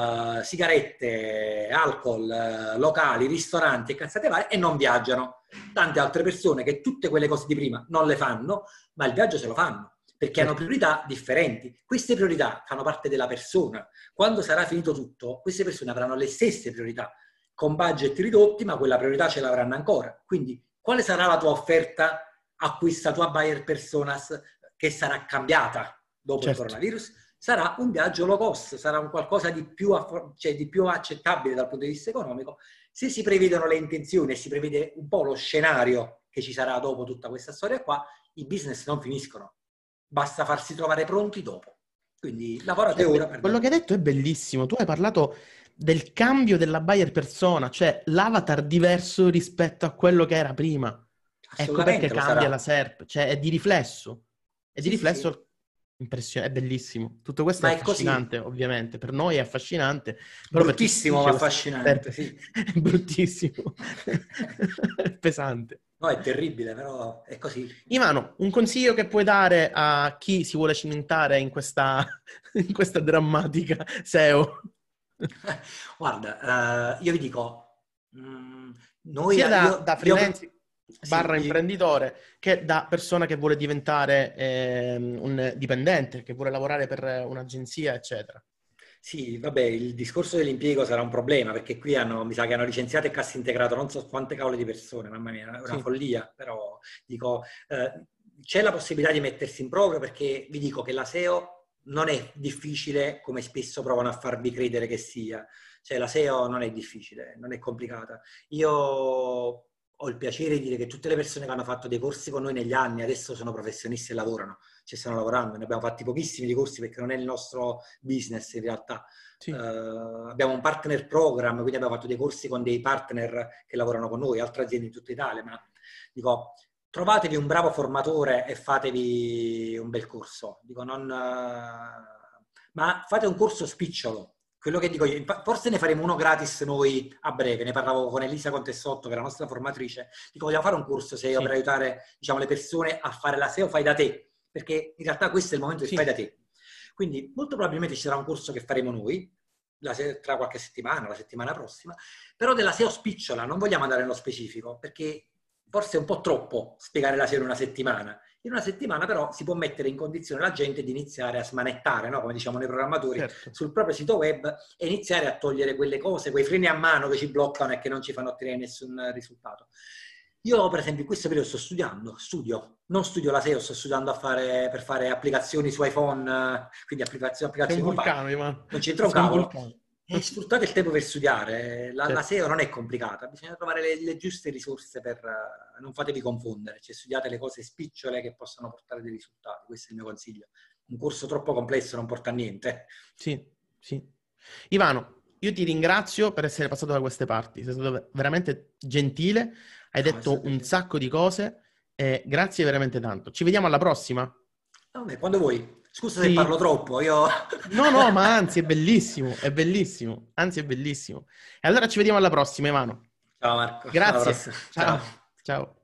sigarette, alcol, locali, ristoranti e cazzate varie e non viaggiano. Tante altre persone che tutte quelle cose di prima non le fanno, ma il viaggio se lo fanno, perché hanno priorità differenti. Queste priorità fanno parte della persona. Quando sarà finito tutto, queste persone avranno le stesse priorità, con budget ridotti, ma quella priorità ce l'avranno ancora. Quindi, quale sarà la tua offerta a questa tua buyer personas che sarà cambiata dopo il coronavirus? Sarà un viaggio low cost, sarà un qualcosa di più accettabile dal punto di vista economico. Se si prevedono le intenzioni e si prevede un po' lo scenario che ci sarà dopo tutta questa storia qua, i business non finiscono. Basta farsi trovare pronti dopo. Quindi lavorate ora. Quello che hai detto è bellissimo. Tu hai parlato del cambio della buyer persona, cioè l'avatar diverso rispetto a quello che era prima. Ecco perché cambia la SERP, cioè è di riflesso. È di riflesso. Impressionante, è bellissimo. Tutto questo è affascinante, ovviamente. Per noi è affascinante. Però bruttissimo, ma affascinante. Sì. È bruttissimo. È pesante. No, è terribile, però è così. Ivano, un consiglio che puoi dare a chi si vuole cimentare in questa drammatica SEO? Guarda, io vi dico, noi... Sia da freelance barra imprenditore che da persona che vuole diventare un dipendente, che vuole lavorare per un'agenzia, eccetera. Sì, vabbè, il discorso dell'impiego sarà un problema, perché qui mi sa che hanno licenziato e cassa integrato non so quante cavole di persone, mamma mia, è una follia, però dico, c'è la possibilità di mettersi in proprio, perché vi dico che la SEO non è difficile come spesso provano a farvi credere che sia, cioè la SEO non è difficile, non è complicata. Io ho il piacere di dire che tutte le persone che hanno fatto dei corsi con noi negli anni adesso sono professionisti e lavorano, ci stanno lavorando. Ne abbiamo fatti pochissimi di corsi perché non è il nostro business in realtà. Sì. Abbiamo un partner program, quindi abbiamo fatto dei corsi con dei partner che lavorano con noi, altre aziende in tutta Italia, ma dico, trovatevi un bravo formatore e fatevi un bel corso. Dico, ma fate un corso spicciolo. Quello che dico io, forse ne faremo uno gratis noi a breve, ne parlavo con Elisa Contessotto, che è la nostra formatrice, dico vogliamo fare un corso SEO per aiutare, diciamo, le persone a fare la SEO fai da te, perché in realtà questo è il momento del fai da te. Quindi molto probabilmente ci sarà un corso che faremo noi, tra qualche settimana, la settimana prossima, però della SEO spicciola, non vogliamo andare nello specifico, perché forse è un po' troppo spiegare la SEO in una settimana. In una settimana però si può mettere in condizione la gente di iniziare a smanettare, no? Come diciamo noi programmatori, sul proprio sito web e iniziare a togliere quelle cose, quei freni a mano che ci bloccano e che non ci fanno ottenere nessun risultato. Io per esempio in questo periodo non studio la SEO, sto studiando per fare applicazioni su iPhone, quindi applicazioni mobile. Non c'entra un cavolo. E sfruttate il tempo per studiare. La SEO non è complicata, bisogna trovare le giuste risorse non fatevi confondere, cioè studiate le cose spicciole che possono portare dei risultati, questo è il mio consiglio. Un corso troppo complesso non porta a niente. Sì. Ivano, io ti ringrazio per essere passato da queste parti, sei stato veramente gentile, hai detto un sacco di cose e grazie veramente tanto. Ci vediamo alla prossima. Vabbè, quando vuoi. Scusa se parlo troppo, io... No, ma anzi è bellissimo, anzi è bellissimo. E allora ci vediamo alla prossima, Ivano. Ciao Marco. Grazie. Ciao.